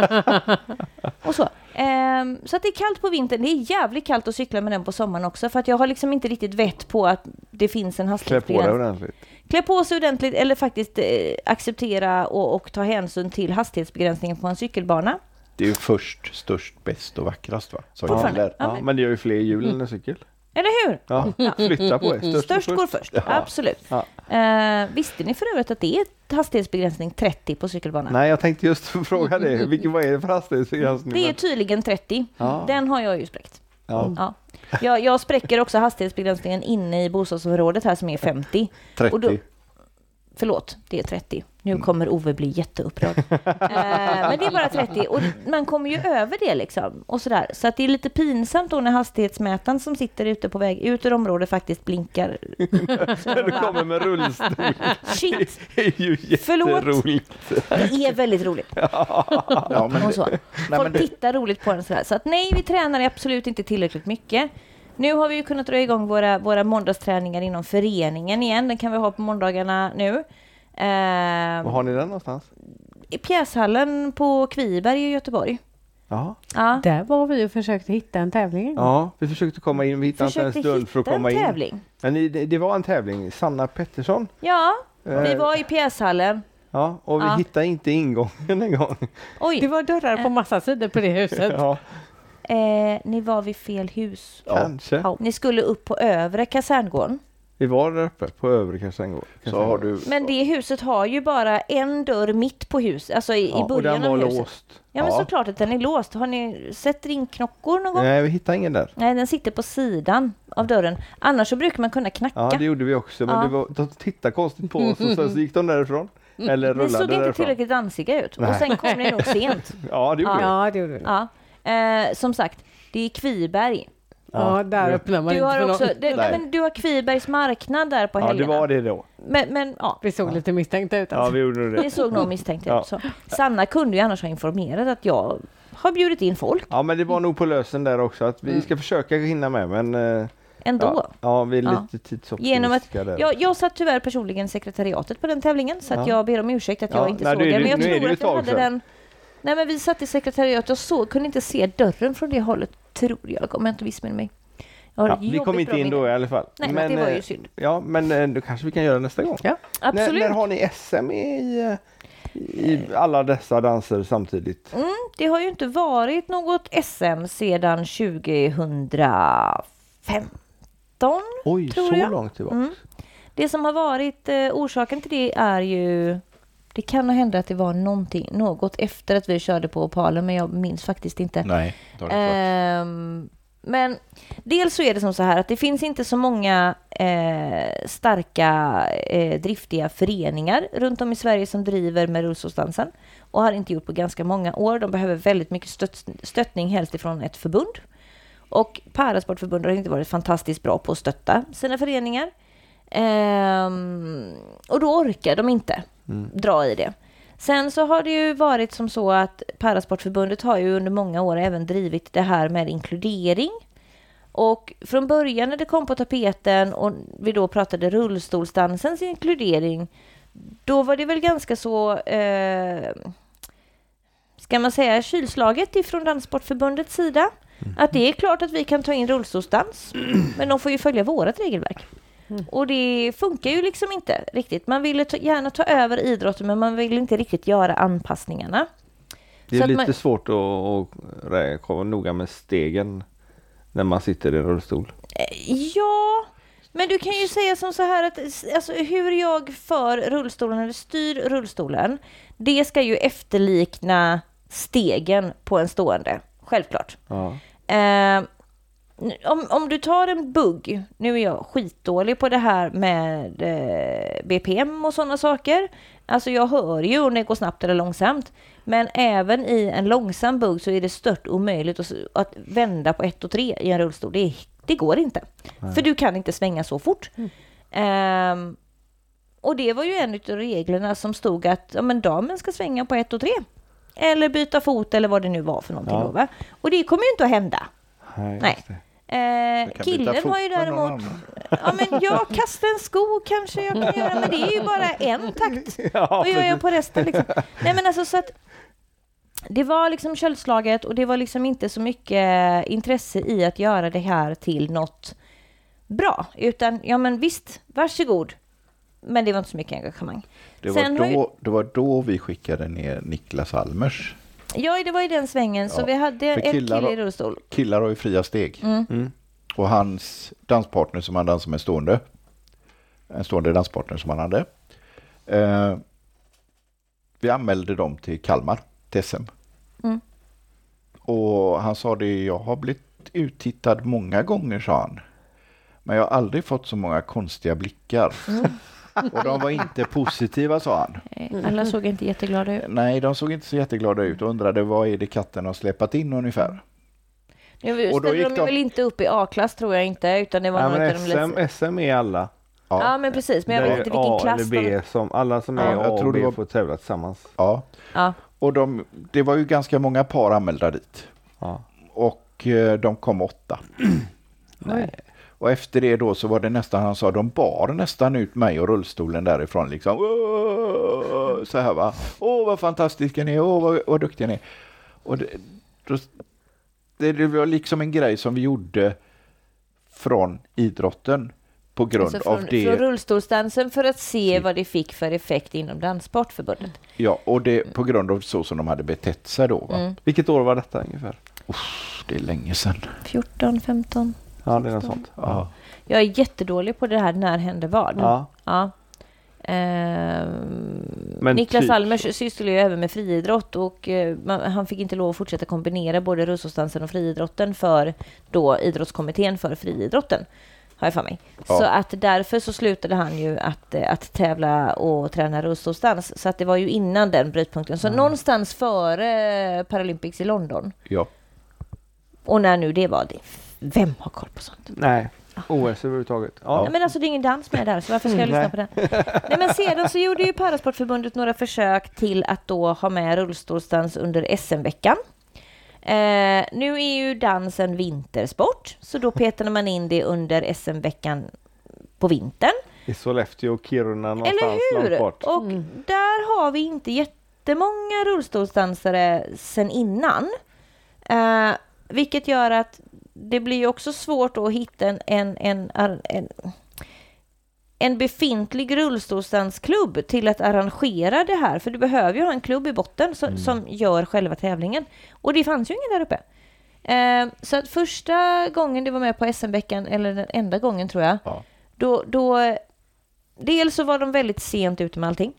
Och så. Så att det är kallt på vintern. Det är jävligt kallt att cykla med den på sommaren också, för att jag har liksom inte riktigt vett på att det finns en hastighetsbegränsning. Klä på sig ordentligt, eller faktiskt acceptera och ta hänsyn till hastighetsbegränsningen på en cykelbana. Det är ju först, störst, bäst och vackrast, va? Ja, men det gör ju fler hjul än en cykel. Eller hur? Ja, flytta på er. Störst går först, absolut. Ja. Visste ni för övrigt att det är hastighetsbegränsning 30 på cykelbanan? Nej, jag tänkte just fråga det. Vad är det för hastighetsbegränsning? Det är tydligen 30. Ja. Den har jag ju spräckt. Ja. Jag spräcker också hastighetsbegränsningen inne i bostadsområdet här som är 50. 30. Och då, förlåt, det är 30. Nu kommer Ove bli jätteupprörd. Men det är bara 30. Och man kommer ju över det liksom. Och sådär. Så att det är lite pinsamt då när hastighetsmätaren som sitter ute på väg ut ur området faktiskt blinkar. Du kommer med rullstol. Shit. Det är ju jätteroligt. Det är väldigt roligt. Ja, men och så. Folk tittar roligt på den sådär. Så att nej, vi tränar absolut inte tillräckligt mycket. Nu har vi ju kunnat dra igång våra måndagsträningar inom föreningen igen. Den kan vi ha på måndagarna nu. Var har ni den någonstans? I pjäshallen på Kviberg i Göteborg. Ja. Där var vi och försökte hitta en tävling. Ja, vi försökte komma in. Vi hittade inte en stund för att komma in. Tävling. Men det var en tävling. Sanna Pettersson. Ja, vi var i pjäshallen. Ja, och vi hittade inte ingången en gång. Oj. Det var dörrar på massa sidor på det huset. Ja. Ni var vid fel hus. Kanske. Ja. Ni skulle upp på övre kaserngården. Vi var där uppe på övre kaserngården. Så har du... Men det huset har ju bara en dörr mitt på huset. Alltså i början och den av var huset. Låst. Ja, men såklart att den är låst. Har ni sett ringknockor någon gång? Nej, vi hittade ingen där. Nej, den sitter på sidan av dörren. Annars så brukar man kunna knacka. Ja, det gjorde vi också. Men de tittade konstigt på oss och så gick de därifrån. Eller rullade därifrån. Ni såg inte tillräckligt dansiga ut. Och sen kom ni nog sent. Ja, det gjorde vi. Ja, det gjorde vi. Ja. Som sagt, det är Kviberg. Ja, där öppnar man Du har inte också, men du har Kvibergs marknad där på helgerna. Ja, det var det då. Men ja. Vi såg lite misstänkta ut. Ja, vi gjorde det. Det såg nog misstänkt ut. Så. Sanna kunde ju annars ha informerat att jag har bjudit in folk. Ja, men det var nog på lösen där också att vi ska försöka hinna med, men ändå. Ja, vi är lite tidsoptimistiska där. Jag satt tyvärr personligen sekretariatet på den tävlingen, så att jag ber om ursäkt att jag inte såg den. Men jag tror att jag hade den. Nej, men vi satt i sekretariatet och kunde inte se dörren från det hållet, tror jag, om jag inte missminner mig. Vi kom inte in då i alla fall. Nej, men det var ju synd. Ja, men då kanske vi kan göra nästa gång. Ja, absolut. När har ni SM i alla dessa danser samtidigt? Det har ju inte varit något SM sedan 2015. Oj, tror så jag. långt tillbaka. Det som har varit orsaken till det är ju... Det kan ha hänt att det var något efter att vi körde på Opalen, men jag minns faktiskt inte. Nej, det har det inte varit. Men dels så är det som så här att det finns inte så många starka, driftiga föreningar runt om i Sverige som driver med rullstolsdansen och har inte gjort på ganska många år. De behöver väldigt mycket stöttning, helst ifrån ett förbund. Och Parasportförbundet har inte varit fantastiskt bra på att stötta sina föreningar. Och då orkar de inte dra i det. Sen så har det ju varit som så att Parasportförbundet har ju under många år även drivit det här med inkludering. Och från början när det kom på tapeten och vi då pratade rullstolsdansens inkludering, då var det väl ganska så, ska man säga, kylslaget ifrån Danssportförbundets sida. Att det är klart att vi kan ta in rullstolsdans, men de får ju följa vårat regelverk. Och det funkar ju liksom inte riktigt. Man vill gärna ta över idrotten, men man vill inte riktigt göra anpassningarna. Det är så lite svårt att komma noga med stegen när man sitter i en rullstol. Ja, men du kan ju säga som så här att alltså, hur jag för rullstolen eller styr rullstolen, det ska ju efterlikna stegen på en stående. Självklart. Ja. Om du tar en bugg, nu är jag skitdålig på det här med BPM och sådana saker. Alltså jag hör ju om det går snabbt eller långsamt. Men även i en långsam bugg så är det stört omöjligt att vända på 1 och 3 i en rullstol. Det går inte. Nej. För du kan inte svänga så fort. Och det var ju en av reglerna som stod att men damen ska svänga på 1 och 3. Eller byta fot eller vad det nu var för någonting. Ja. Då, va? Och det kommer ju inte att hända. Nej. Killen har ju däremot men jag kastar en sko kanske jag kan göra, men det är ju bara en takt. Vad gör jag på resten liksom? Nej men alltså så att det var liksom köldslaget och det var liksom inte så mycket intresse i att göra det här till något bra, utan ja men visst, varsågod. Men det var inte så mycket engagemang. Det var då vi skickade ner Niklas Almers. Ja, det var i den svängen. Så vi hade en kille i rullstol. Killar har ju fria steg. Och hans danspartner som han dansade med stående. En stående danspartner som han hade. Vi anmälde dem till Kalmar, till SM. Och han sa det, jag har blivit uttittad många gånger, sa han. Men jag har aldrig fått så många konstiga blickar. Och de var inte positiva, sa han. Alla såg inte jätteglada ut. Nej, de såg inte så jätteglada ut och undrade vad är det katten har släpat in ungefär. Och då gick de väl inte upp i A-klass, tror jag inte, utan det var men SM är alla. Ja, men precis, men jag vet inte vilken klass. A eller B, som alla som är A och B får tävla tillsammans. Ja. Och det var ju ganska många par anmälda dit. Ja. Och de kom 8. Nej. Och efter det då så var det nästan, han sa, de bar nästan ut mig och rullstolen därifrån liksom. Så här va. Vad fantastiska ni är, vad duktiga ni är. Och det var liksom en grej som vi gjorde från idrotten på grund alltså av det. Från rullstolsdansen för att se vad det fick för effekt inom Danssportförbundet. Ja, och det på grund av så som de hade betett sig då. Va? Vilket år var detta ungefär? Det är länge sedan. 14, 15. Ja, det är något sånt. Ja. Jag är jättedålig på det här när hände vad. Ja. Niklas Almers sysslade ju även med friidrott och han fick inte lov att fortsätta kombinera både rullstolsdansen och friidrotten för då idrottskommittén för friidrotten, har jag för mig. Ja. Så att därför så slutade han ju att tävla och träna rullstolsdans, så att det var ju innan den brytpunkten. Så någonstans före Paralympics i London. Ja. Och när nu det var det. Vem har koll på sånt? Nej. OS överhuvudtaget. Ja. Men alltså det är ingen dans med där, så varför ska jag lyssna på den? Nej, men sedan så gjorde ju Parasportförbundet några försök till att då ha med rullstolsdans under SM-veckan. Nu är ju dansen vintersport, så då petade man in det under SM-veckan på vintern. I Sollefteå och Kiruna någonstans. Eller hur? Och där har vi inte jättemånga rullstolsdansare sen innan. Vilket gör att det blir också svårt att hitta en befintlig rullstolsdansklubb till att arrangera det här. För du behöver ju ha en klubb i botten som gör själva tävlingen. Och det fanns ju ingen där uppe. Så att första gången det var med på SM-veckan, eller den enda gången tror jag, då dels så var de väldigt sent ute med allting.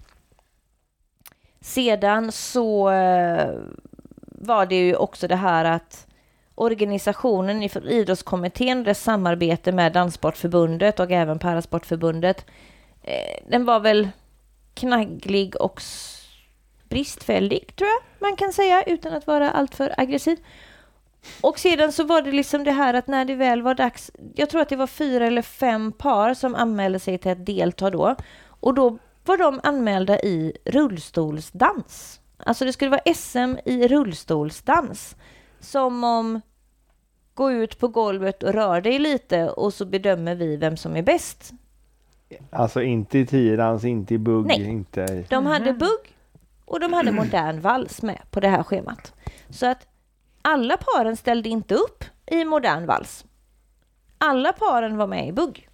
Sedan så var det ju också det här att organisationen i idrottskommittén, dess samarbete med Danssportförbundet och även Parasportförbundet, den var väl knagglig och bristfällig, tror jag man kan säga, utan att vara alltför aggressiv. Och sedan så var det liksom det här att när det väl var dags, jag tror att det var 4 eller 5 par som anmälde sig till att delta då. Och då var de anmälda i rullstolsdans. Alltså det skulle vara SM i rullstolsdans. Som om gå ut på golvet och rör dig lite och så bedömer vi vem som är bäst. Alltså inte i tiodans, inte i bugg, Nej. inte i... De hade bugg och de hade modern vals med på det här schemat. Så att alla paren ställde inte upp i modern vals. Alla paren var med i bugg.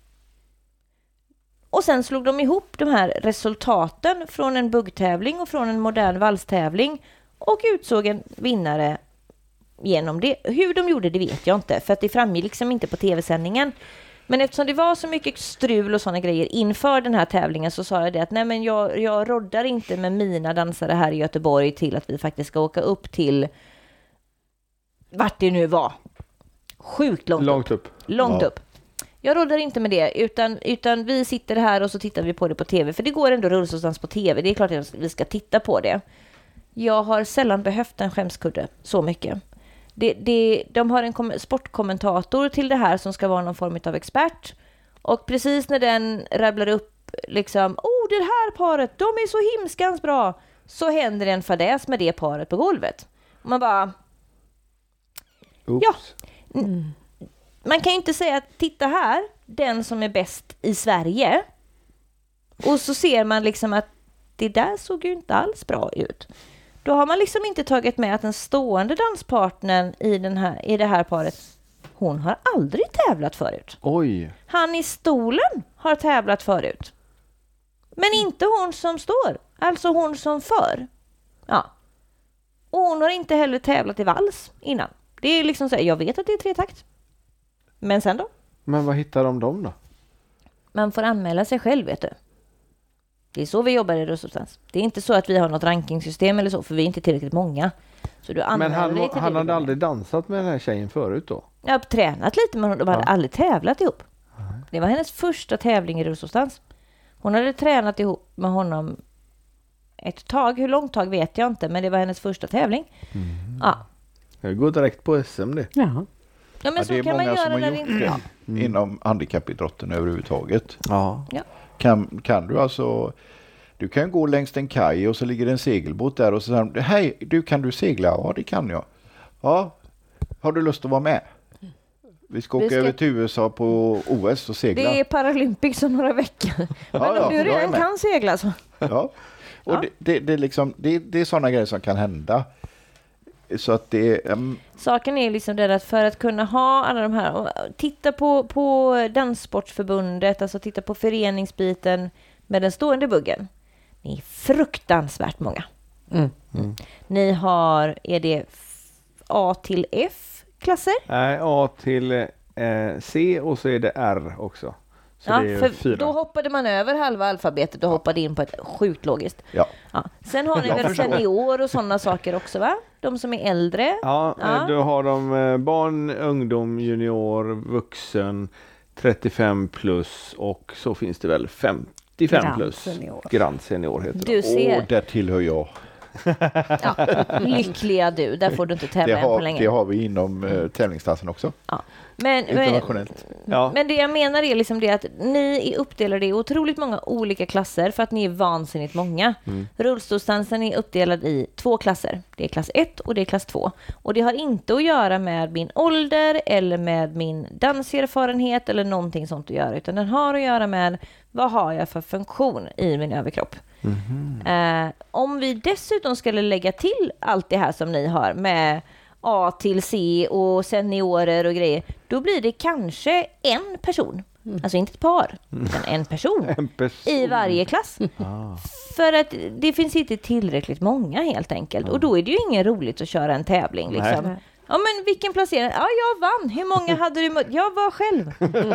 Och sen slog de ihop de här resultaten från en buggtävling och från en modern valstävling och utsåg en vinnare genom det. Hur de gjorde det vet jag inte, för att det framgick liksom inte på tv-sändningen. Men eftersom det var så mycket strul och sådana grejer inför den här tävlingen så sa jag det att nej, men jag roddar inte med mina dansare här i Göteborg till att vi faktiskt ska åka upp till vart det nu var. Sjukt långt upp. Långt upp. Jag roddar inte med det, utan vi sitter här och så tittar vi på det på tv. För det går ändå rullstolsdans på tv. Det är klart att vi ska titta på det. Jag har sällan behövt en skämskudde så mycket. De har en sportkommentator till det här som ska vara någon form av expert. Och precis när den rabblar upp liksom, det här paret, de är så himskans bra. Så händer en fadäs med det paret på golvet. Och man bara... Oops. Ja. Man kan ju inte säga att titta här, den som är bäst i Sverige. Och så ser man liksom att det där såg ju inte alls bra ut. Då har man liksom inte tagit med att den stående danspartnern i det här paret, hon har aldrig tävlat förut. Oj. Han i stolen har tävlat förut. Men inte hon som står, alltså hon som för. Ja. Och hon har inte heller tävlat i vals innan. Det är liksom så här, jag vet att det är 3-takt. Men sen då? Men vad hittar de dem då? Man får anmäla sig själv, vet du. Det är så vi jobbar i rullstolsdans. Det är inte så att vi har något rankingsystem eller så, för vi är inte tillräckligt många. Så du Men dig till han hade aldrig dansat med den här tjejen förut då? Jag har tränat lite, men de hade aldrig tävlat ihop. Det var hennes första tävling i rullstolsdans. Hon hade tränat ihop med honom ett tag. Hur långt tag vet jag inte, men det var hennes första tävling. Ja. Jag går direkt på SM det. Ja. Ja, men så det är kan man många göra som har när gjort vi... det inom handikappidrotten överhuvudtaget. Ja. Kan du alltså... Du kan gå längs en kaj och så ligger det en segelbåt där och så säger de, hej, kan du segla? Ja, det kan jag. Ja, har du lust att vara med? Vi ska åka över till USA på OS och segla. Det är Paralympics om några veckor. Men om du redan kan segla så... Ja, och det är liksom, det är sådana grejer som kan hända. Så att det Saken är liksom det att för att kunna ha alla de här, titta på Danssportförbundet, alltså titta på föreningsbiten med den stående buggen. Ni är fruktansvärt många. Ni har, är det A till F klasser? Nej, A till C och så är det R också. Så Ja, det är för 4. då hoppade man över halva alfabetet och hoppade in på ett sjukt logiskt. Ja. Sen har ni väl senior och sådana saker också, va? De som är äldre. Ja, då har de barn, ungdom, junior, vuxen, 35 plus och så finns det väl 55 plus. Grand senior heter det. Du ser. Och där tillhör jag. Ja, lyckliga du, där får du inte tävla än på länge. Det har vi inom tävlingsdansen också. Ja. Internationellt. Men det jag menar är liksom det att ni är uppdelade i otroligt många olika klasser för att ni är vansinnigt många. Rullstolsdansen är uppdelad i 2 klasser. Det är klass 1 och det är klass 2. Och det har inte att göra med min ålder eller med min danserfarenhet eller någonting sånt att göra, utan den har att göra med vad har jag för funktion i min överkropp. Om vi dessutom skulle lägga till allt det här som ni har med A till C och seniorer och grejer, då blir det kanske en person. Alltså inte ett par, utan en person i varje klass. För att det finns inte tillräckligt många helt enkelt. Och då är det ju ingen roligt att köra en tävling liksom. Nej. Ja, men vilken placering? Ja, jag vann. Hur många hade du mött? Jag var själv.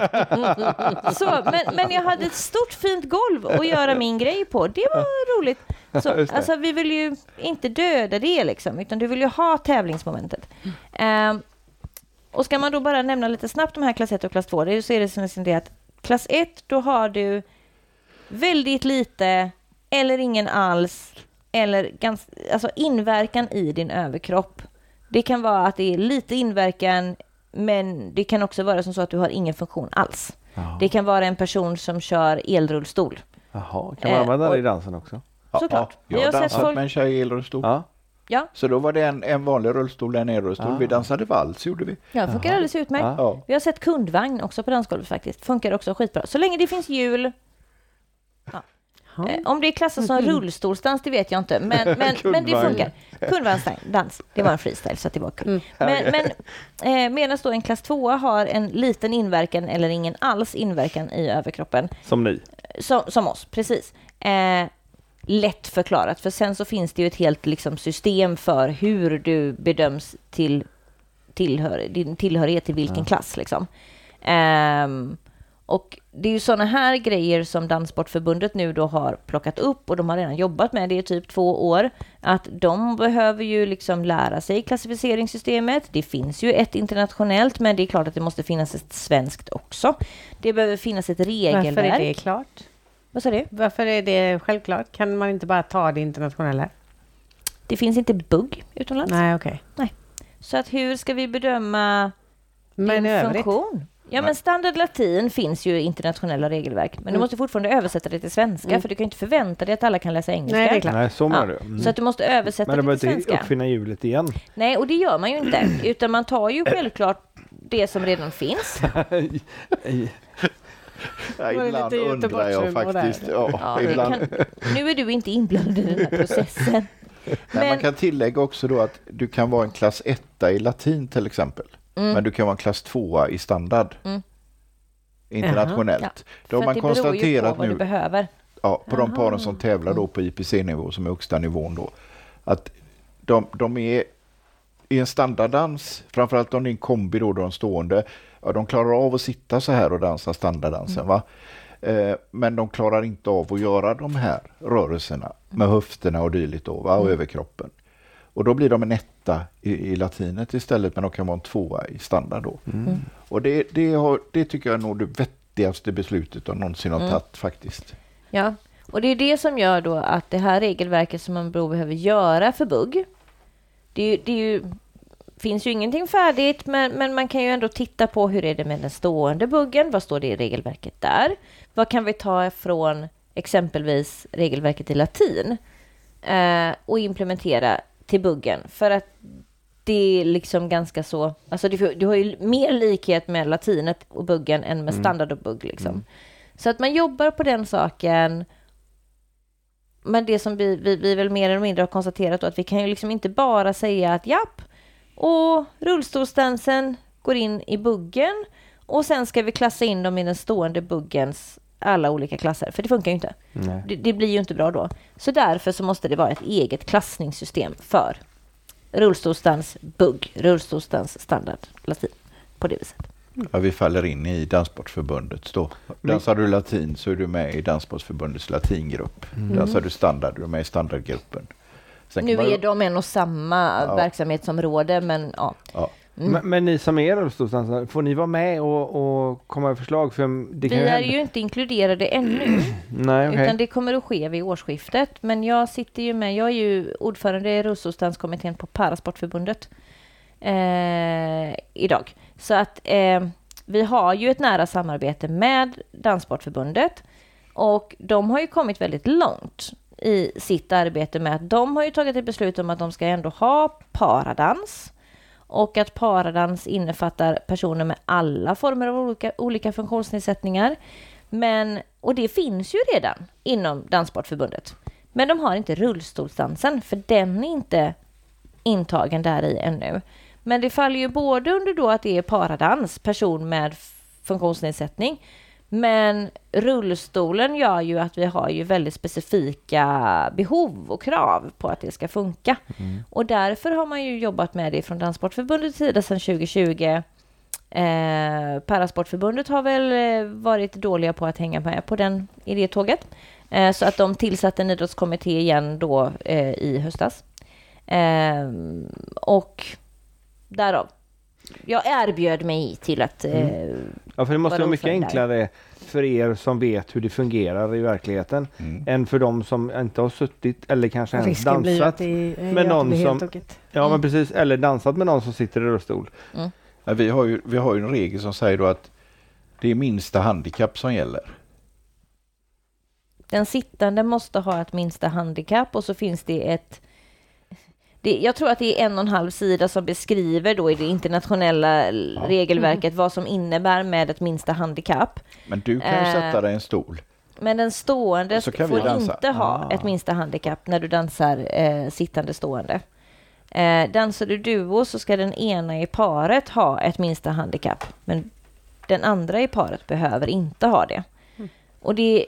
Så, men jag hade ett stort fint golv att göra min grej på. Det var roligt. Så, alltså, vi vill ju inte döda det liksom, utan du vill ju ha tävlingsmomentet. Och ska man då bara nämna lite snabbt de här klass 1 och klass 2, så är det som det att klass 1, då har du väldigt lite eller ingen alls, eller alltså inverkan i din överkropp Det kan vara att det är lite inverkan, men det kan också vara som så att du har ingen funktion alls. Ja. Det kan vara en person som kör elrullstol. Jaha, kan man använda det i dansen också? Såklart. Jag har dansat med en tjej i elrullstol. Ja. Så då var det en vanlig rullstol, en elrullstol. Vi dansade vals, gjorde vi. Ja, funkar alldeles utmärkt. Ja. Vi har sett kundvagn också på dansgolvet faktiskt. Funkar också skitbra. Så länge det finns hjul. Om det är klassat som rullstolsdans, det vet jag inte. Men det funkar. Kundvagnsdans, det var en freestyle så att det var kul. Medan då en klass 2 har en liten inverkan eller ingen alls inverkan i överkroppen. Som ni? Som oss, precis. Lätt förklarat, för sen så finns det ju ett helt liksom, system för hur du bedöms din tillhörighet till vilken klass. Liksom. Och det är ju sådana här grejer som Danssportförbundet nu då har plockat upp och de har redan jobbat med det i typ 2 år. Att de behöver ju liksom lära sig klassificeringssystemet. Det finns ju ett internationellt, men det är klart att det måste finnas ett svenskt också. Det behöver finnas ett regelverk. Varför är det klart? Vad sa du? Varför är det självklart? Kan man inte bara ta det internationella? Det finns inte bugg utomlands. Nej, okej. Nej. Så att hur ska vi bedöma Men din funktion? Ja, men standard latin finns ju i internationella regelverk. Men du måste fortfarande översätta det till svenska. För du kan inte förvänta dig att alla kan läsa engelska. Nej, det är klart. Nej, så menar du. Så att du måste översätta det till svenska. Men du behöver inte uppfinna hjulet igen. Nej, och det gör man ju inte. Utan man tar ju självklart det som redan finns. Ja, ibland undrar jag faktiskt. Nu är du inte inblandad i den här processen. Men man kan tillägga också då att du kan vara en klass 1 i latin till exempel. Men du kan vara en klass 2 i standard. Internationellt. Ja, då har man konstaterat nu på de paren som tävlar då på IPC-nivå som är högsta nivån då. Att de är i en standarddans, framförallt om det är en kombi då de stående. Ja, de klarar av att sitta så här och dansa standarddansen va. Men de klarar inte av att göra de här rörelserna med höfterna och dylikt då va, och överkroppen. Och då blir de en 1 i latinet istället, men de kan vara en 2 i standard då. Och det tycker jag är nog det vettigaste beslutet de någonsin har tagit faktiskt. Ja, och det är det som gör då att det här regelverket som man behöver göra för bugg, det finns ju ingenting färdigt, men man kan ju ändå titta på hur är det med den stående buggen, vad står det i regelverket där? Vad kan vi ta från exempelvis regelverket i latin och implementera till buggen? För att det är liksom ganska så, alltså du har ju mer likhet med latinet och buggen än med standard och bugg liksom. Så att man jobbar på den saken. Men det som vi väl mer eller mindre har konstaterat då, att vi kan ju liksom inte bara säga att japp, och rullstolsdansen går in i buggen och sen ska vi klassa in dem i den stående buggens alla olika klasser, för det funkar ju inte. Det blir ju inte bra då. Så därför så måste det vara ett eget klassningssystem för rullstolsdans bugg, rullstolsdans standard latin på det viset. Ja, vi faller in i Danssportförbundet då. Dansar du latin så är du med i Danssportförbundets latingrupp. Dansar du standard, du är med i standardgruppen. Nu är de en och samma verksamhetsområde, men ja. Men ni som är rullstolsdansare, får ni vara med och komma med förslag? För det kan vi är ju inte inkluderade ännu. Nej, okay. Utan det kommer att ske vid årsskiftet. Men jag sitter ju med, jag är ju ordförande i rullstolsdanskommittén på Parasportförbundet idag. Så att vi har ju ett nära samarbete med Danssportförbundet. Och de har ju kommit väldigt långt i sitt arbete med att de har ju tagit ett beslut om att de ska ändå ha paradans. Och att paradans innefattar personer med alla former av olika funktionsnedsättningar. Och det finns ju redan inom Danssportförbundet. Men de har inte rullstolsdansen, för den är inte intagen där i ännu. Men det faller ju både under då att det är paradans, person med funktionsnedsättning. Men rullstolen gör ju att vi har ju väldigt specifika behov och krav på att det ska funka. Och därför har man ju jobbat med det från Danssportförbundets sida sedan 2020. Parasportförbundet har väl varit dåliga på att hänga med på i det tåget. Så att de tillsatte en idrottskommitté igen då i höstas. Och därav jag erbjöd mig till att Ja, för det måste vara mycket ordförande enklare för er som vet hur det fungerar i verkligen än för de som inte har suttit eller kanske ens Risken blir dansat med någon som men precis, eller dansat med någon som sitter i rullstol. Ja, vi har ju en regel som säger då att det är minsta handikapp som gäller. Den sittande måste ha ett minsta handikapp och så finns det jag tror att det är 1,5 sida som beskriver då i det internationella regelverket vad som innebär med ett minsta handikapp. Men du kan ju sätta dig i en stol. Men den stående får inte ha ett minsta handikapp när du dansar sittande stående. Dansar du duo så ska den ena i paret ha ett minsta handikapp. Men den andra i paret behöver inte ha det. Och det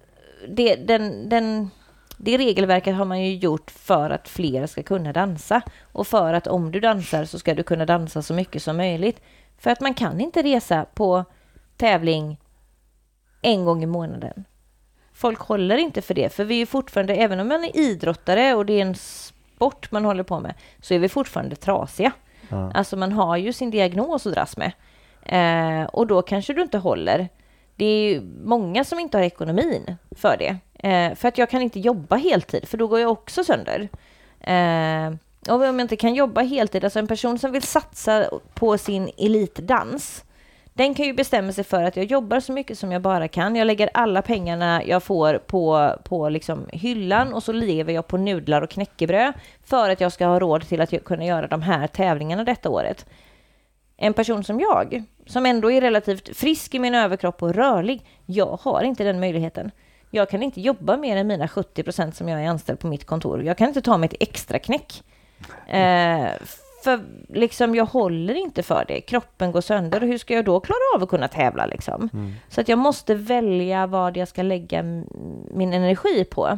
regelverket har man ju gjort för att fler ska kunna dansa. Och för att om du dansar så ska du kunna dansa så mycket som möjligt. För att man kan inte resa på tävling 1 gång i månaden. Folk håller inte för det. För vi är fortfarande, även om man är idrottare och det är en sport man håller på med, så är vi fortfarande trasiga. Alltså man har ju sin diagnos att dras med. Och då kanske du inte håller. Det är många som inte har ekonomin för det. För att jag kan inte jobba heltid, för då går jag också sönder. Och om jag inte kan jobba heltid, alltså en person som vill satsa på sin elitdans, den kan ju bestämma sig för att jag jobbar så mycket som jag bara kan. Jag lägger alla pengarna jag får på liksom hyllan och så lever jag på nudlar och knäckebröd för att jag ska ha råd till att kunna göra de här tävlingarna detta året. En person som jag, som ändå är relativt frisk i min överkropp och rörlig, jag har inte den möjligheten. Jag kan inte jobba mer än mina 70% som jag är anställd på mitt kontor. Jag kan inte ta mig ett extra knäck. För liksom jag håller inte för det. Kroppen går sönder och hur ska jag då klara av att kunna tävla liksom? Så att jag måste välja vad jag ska lägga min energi på.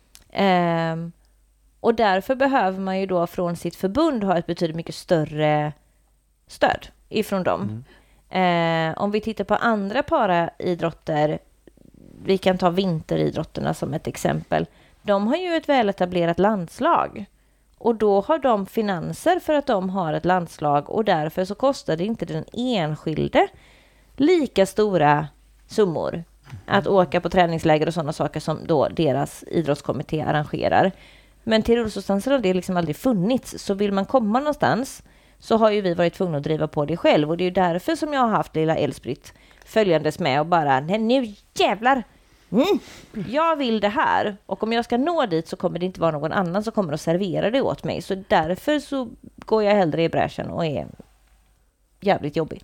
Och därför behöver man ju då från sitt förbund ha ett betydligt mycket större stöd ifrån dem. Om vi tittar på andra paraidrotter, vi kan ta vinteridrotterna som ett exempel. De har ju ett väletablerat landslag. Och då har de finanser för att de har ett landslag och därför så kostar det inte den enskilde lika stora summor att åka på träningsläger och sådana saker som då deras idrottskommitté arrangerar. Men till rullstolsdanser har det liksom aldrig funnits. Så vill man komma någonstans så har ju vi varit tvungna att driva på det själv. Och det är ju därför som jag har haft lilla Elsbritt följandes med och bara, nej nu jävlar! Jag vill det här. Och om jag ska nå dit så kommer det inte vara någon annan som kommer att servera det åt mig. Så därför så går jag hellre i bräschen och är jävligt jobbig.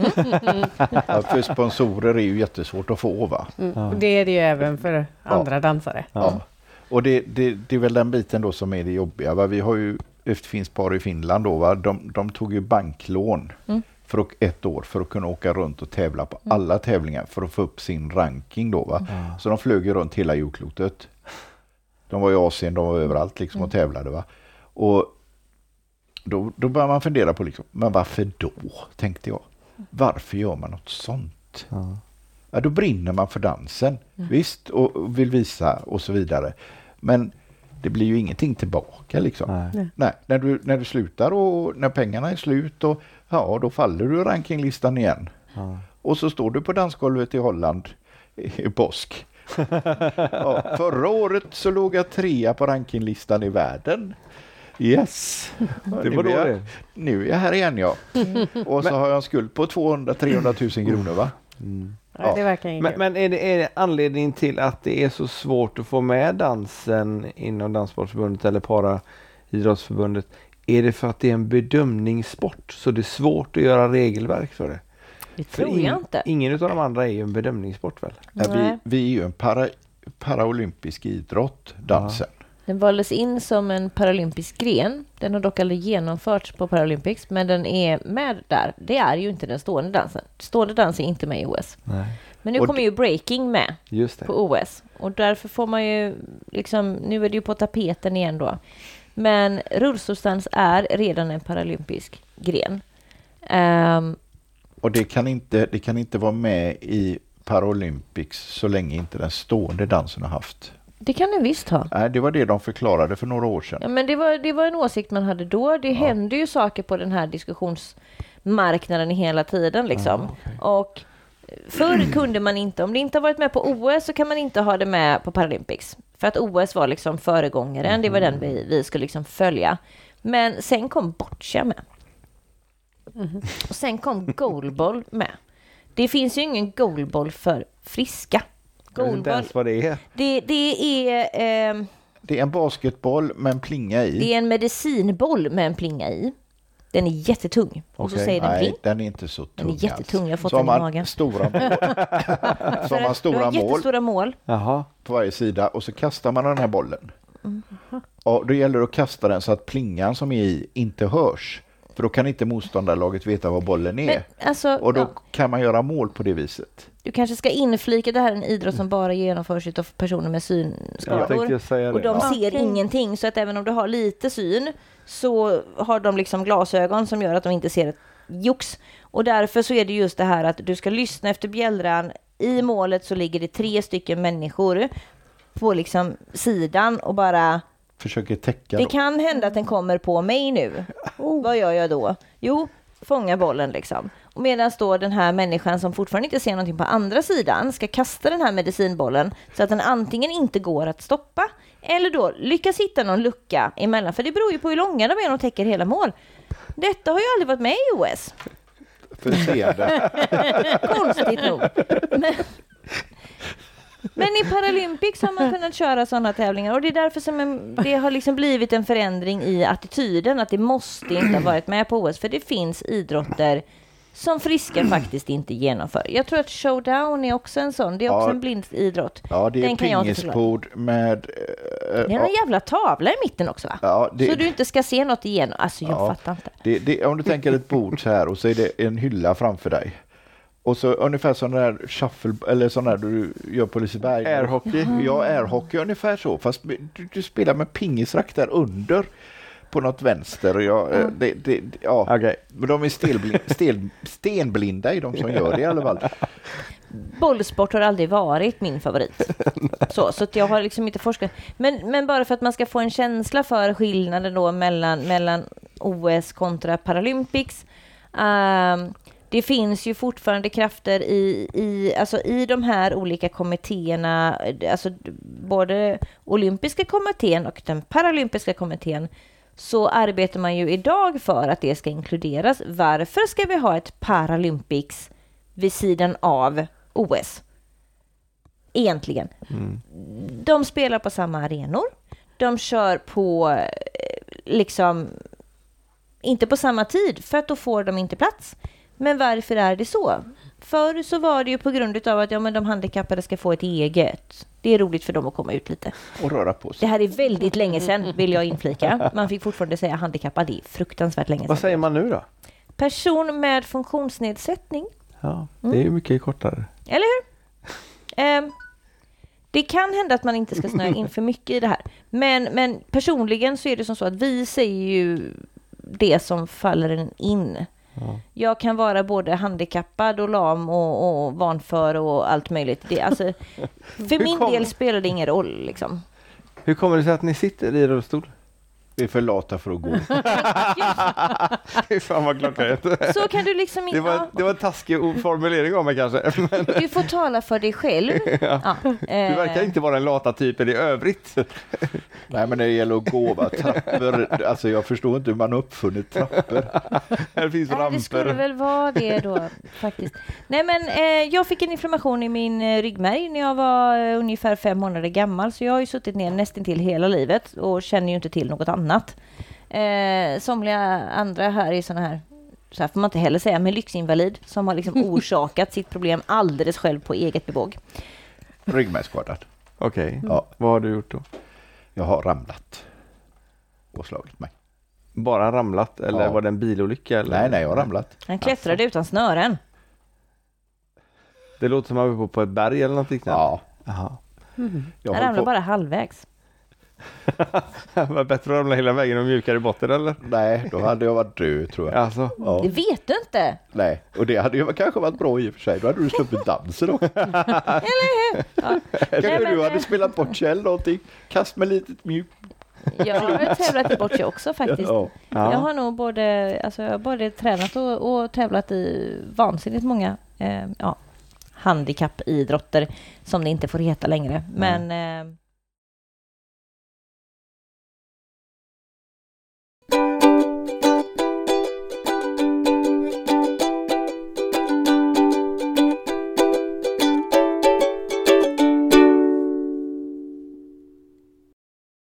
Ja, för sponsorer är ju jättesvårt att få, va? Det är det ju även för andra dansare. Ja. Och det är väl den biten då som är det jobbiga, va? Vi har ju ett finskt par i Finland då, va? De tog ju banklån för 1 år för att kunna åka runt och tävla på alla tävlingar för att få upp sin ranking då, va? Så de flög ju runt hela jordklotet. De var i Asien, de var överallt liksom och tävlade, va? Och då börjar man fundera på liksom, men varför då, tänkte jag. Varför gör man något sånt? Ja, då brinner man för dansen, visst, och vill visa och så vidare. Men det blir ju ingenting tillbaka liksom. Nej, när du slutar och när pengarna är slut och då faller du i rankinglistan igen. Och så står du på dansgolvet i Holland i påsk. Förra året så låg jag 3 på rankinglistan i världen. Yes. Det var då nu är jag här igen, ja. Och så har jag en skuld på 200-300 000 kronor, va? Ja, det verkar men är det anledningen till att det är så svårt att få med dansen inom Danssportförbundet eller Paraidrottsförbundet? Är det för att det är en bedömningssport så det är svårt att göra regelverk för det? Det tror jag inte. Ingen av de andra är ju en bedömningssport, väl? Ja, vi är ju en paraolympisk idrott, dansen. Den valdes in som en paralympisk gren. Den har dock aldrig genomförts på Paralympics, men den är med där. Det är ju inte den stående dansen. Stående dans är inte med i OS. Nej. Men nu kommer ju breaking med på OS. Och därför får man ju liksom, nu är det ju på tapeten igen då. Men rullstolsdans är redan en paralympisk gren. Och det kan inte vara med i Paralympics så länge inte den stående dansen har haft. Det kan den visst ha. Nej, det var det de förklarade för några år sedan. Ja, men det var en åsikt man hade då. Det händer ju saker på den här marknaden hela tiden liksom. Och förr kunde man inte, om det inte har varit med på OS så kan man inte ha det med på Paralympics. För att OS var liksom föregångaren, det var den vi skulle liksom följa. Men sen kom boccia med. Och sen kom goalball med. Det finns ju ingen goalball för friska. Jag vet inte ens vad det är. Det är en basketboll med en plinga i. Det är en medicinboll med en plinga i. Den är jättetung. Och så säger den pling. Nej, den är inte så tung. Den är jättetung, jag har fått så den i har magen. Stora mål. Så har man stora mål jättestora mål. Jaha. på varje sida och så kastar man den här bollen. Och då gäller det att kasta den så att plingan som är i inte hörs. För då kan inte motståndarlaget veta vad bollen är. Men, alltså, och då kan man göra mål på det viset. Du kanske ska inflika det här är en idrott som bara genomförs av personer med synskador. Och de ser ingenting. Så att även om du har lite syn så har de liksom glasögon som gör att de inte ser ett jox. Och därför så är det just det här att du ska lyssna efter bjällran. I målet så ligger det 3 stycken människor på liksom sidan och bara... Försöker täcka. Det kan hända att den kommer på mig nu. Vad gör jag då? Jo, fånga bollen liksom. Och medan då den här människan som fortfarande inte ser någonting på andra sidan ska kasta den här medicinbollen så att den antingen inte går att stoppa eller då lyckas hitta någon lucka emellan. För det beror ju på hur långa de är och täcker hela mål. Detta har ju aldrig varit med i OS. För se det. Konstigt nog. Men i Paralympics har man kunnat köra sådana tävlingar och det är därför som det har liksom blivit en förändring i attityden att det måste inte ha varit med på OS för det finns idrotter som friska faktiskt inte genomför. Jag tror att showdown är också en sån. Det är också en blind idrott. Ja, det är pingisbord med... det är en jävla tavla i mitten också va? Ja, så du inte ska se något igenom. Alltså jag fattar inte. Om du tänker ett bord så här och så är det en hylla framför dig. Och så ungefär sån där shuffle eller sån där du gör på Liseberg. Airhockey. Ja, airhockey ungefär så. Fast du spelar med pingisrack där under på något vänster. Och Okay. Men de är stenblinda i de som gör det i alla fall. Bollsport har aldrig varit min favorit. Så att jag har liksom inte forskat. Men bara för att man ska få en känsla för skillnaden då mellan OS kontra Paralympics. Det finns ju fortfarande krafter i de här olika kommittéerna, alltså både olympiska kommittén och den paralympiska kommittén, så arbetar man ju idag för att det ska inkluderas. Varför ska vi ha ett Paralympics vid sidan av OS? Egentligen. De spelar på samma arenor. De kör på liksom inte på samma tid för att då får de inte plats. Men varför är det så? Förr så var det ju på grund av att de handikappade ska få ett eget. Det är roligt för dem att komma ut lite. Och röra på sig. Det här är väldigt länge sedan, vill jag inflika. Man fick fortfarande säga handikappad, det är fruktansvärt länge sedan. Vad säger man nu då? Person med funktionsnedsättning. Ja, det är ju mycket kortare. Eller hur? Det kan hända att man inte ska snöa in för mycket i det här. Men personligen så är det som så att vi säger ju det som faller en in. Ja. Jag kan vara både handikappad och lam och vanför och allt möjligt. För min del spelar det ingen roll. Liksom. Hur kommer det sig att ni sitter i rullstol? Vi är för lata för att gå. Fy fan vad klockrent. Så kan du liksom inte... Det var en taskig formulering av mig kanske. Men... Du får tala för dig själv. Ja. Du verkar inte vara en lata typen i övrigt. Nej, men det gäller att gå, va? Trappor. Alltså jag förstår inte hur man har uppfunnit trappor. Här finns ramper. Det skulle väl vara det då faktiskt. Nej, men jag fick en inflammation i min ryggmärg när jag var ungefär 5 månader gammal. Så jag har ju suttit ner nästan till hela livet och känner ju inte till något annat. Somliga andra här är så här får man inte heller säga, men lyxinvalid som har liksom orsakat sitt problem alldeles själv på eget bevåg. Ryggmärgsskadad. Okej. Ja. Vad har du gjort då? Jag har ramlat och slagit mig. Bara ramlat? Eller var det en bilolycka? Eller? Nej, jag har ramlat. Han klättrade utan snören. Det låter som att man var på ett berg eller något liknande. Ja. Jaha. Jag ramlade bara halvvägs. Var bättre att ramla hela vägen och mjukare i botten eller? Nej, då hade jag varit död tror jag. Alltså. Ja. Det vet du inte. Nej, och det hade ju kanske varit bra i och för sig. Då hade du sluppit dansen då. Eller hur? Ja. Kanske du hade spelat bort eller någonting. Kast med litet Jag har tävlat i boccia också faktiskt. Ja. Jag har nog både tränat och tävlat i vansinnigt många handikappidrotter som det inte får heta längre. Men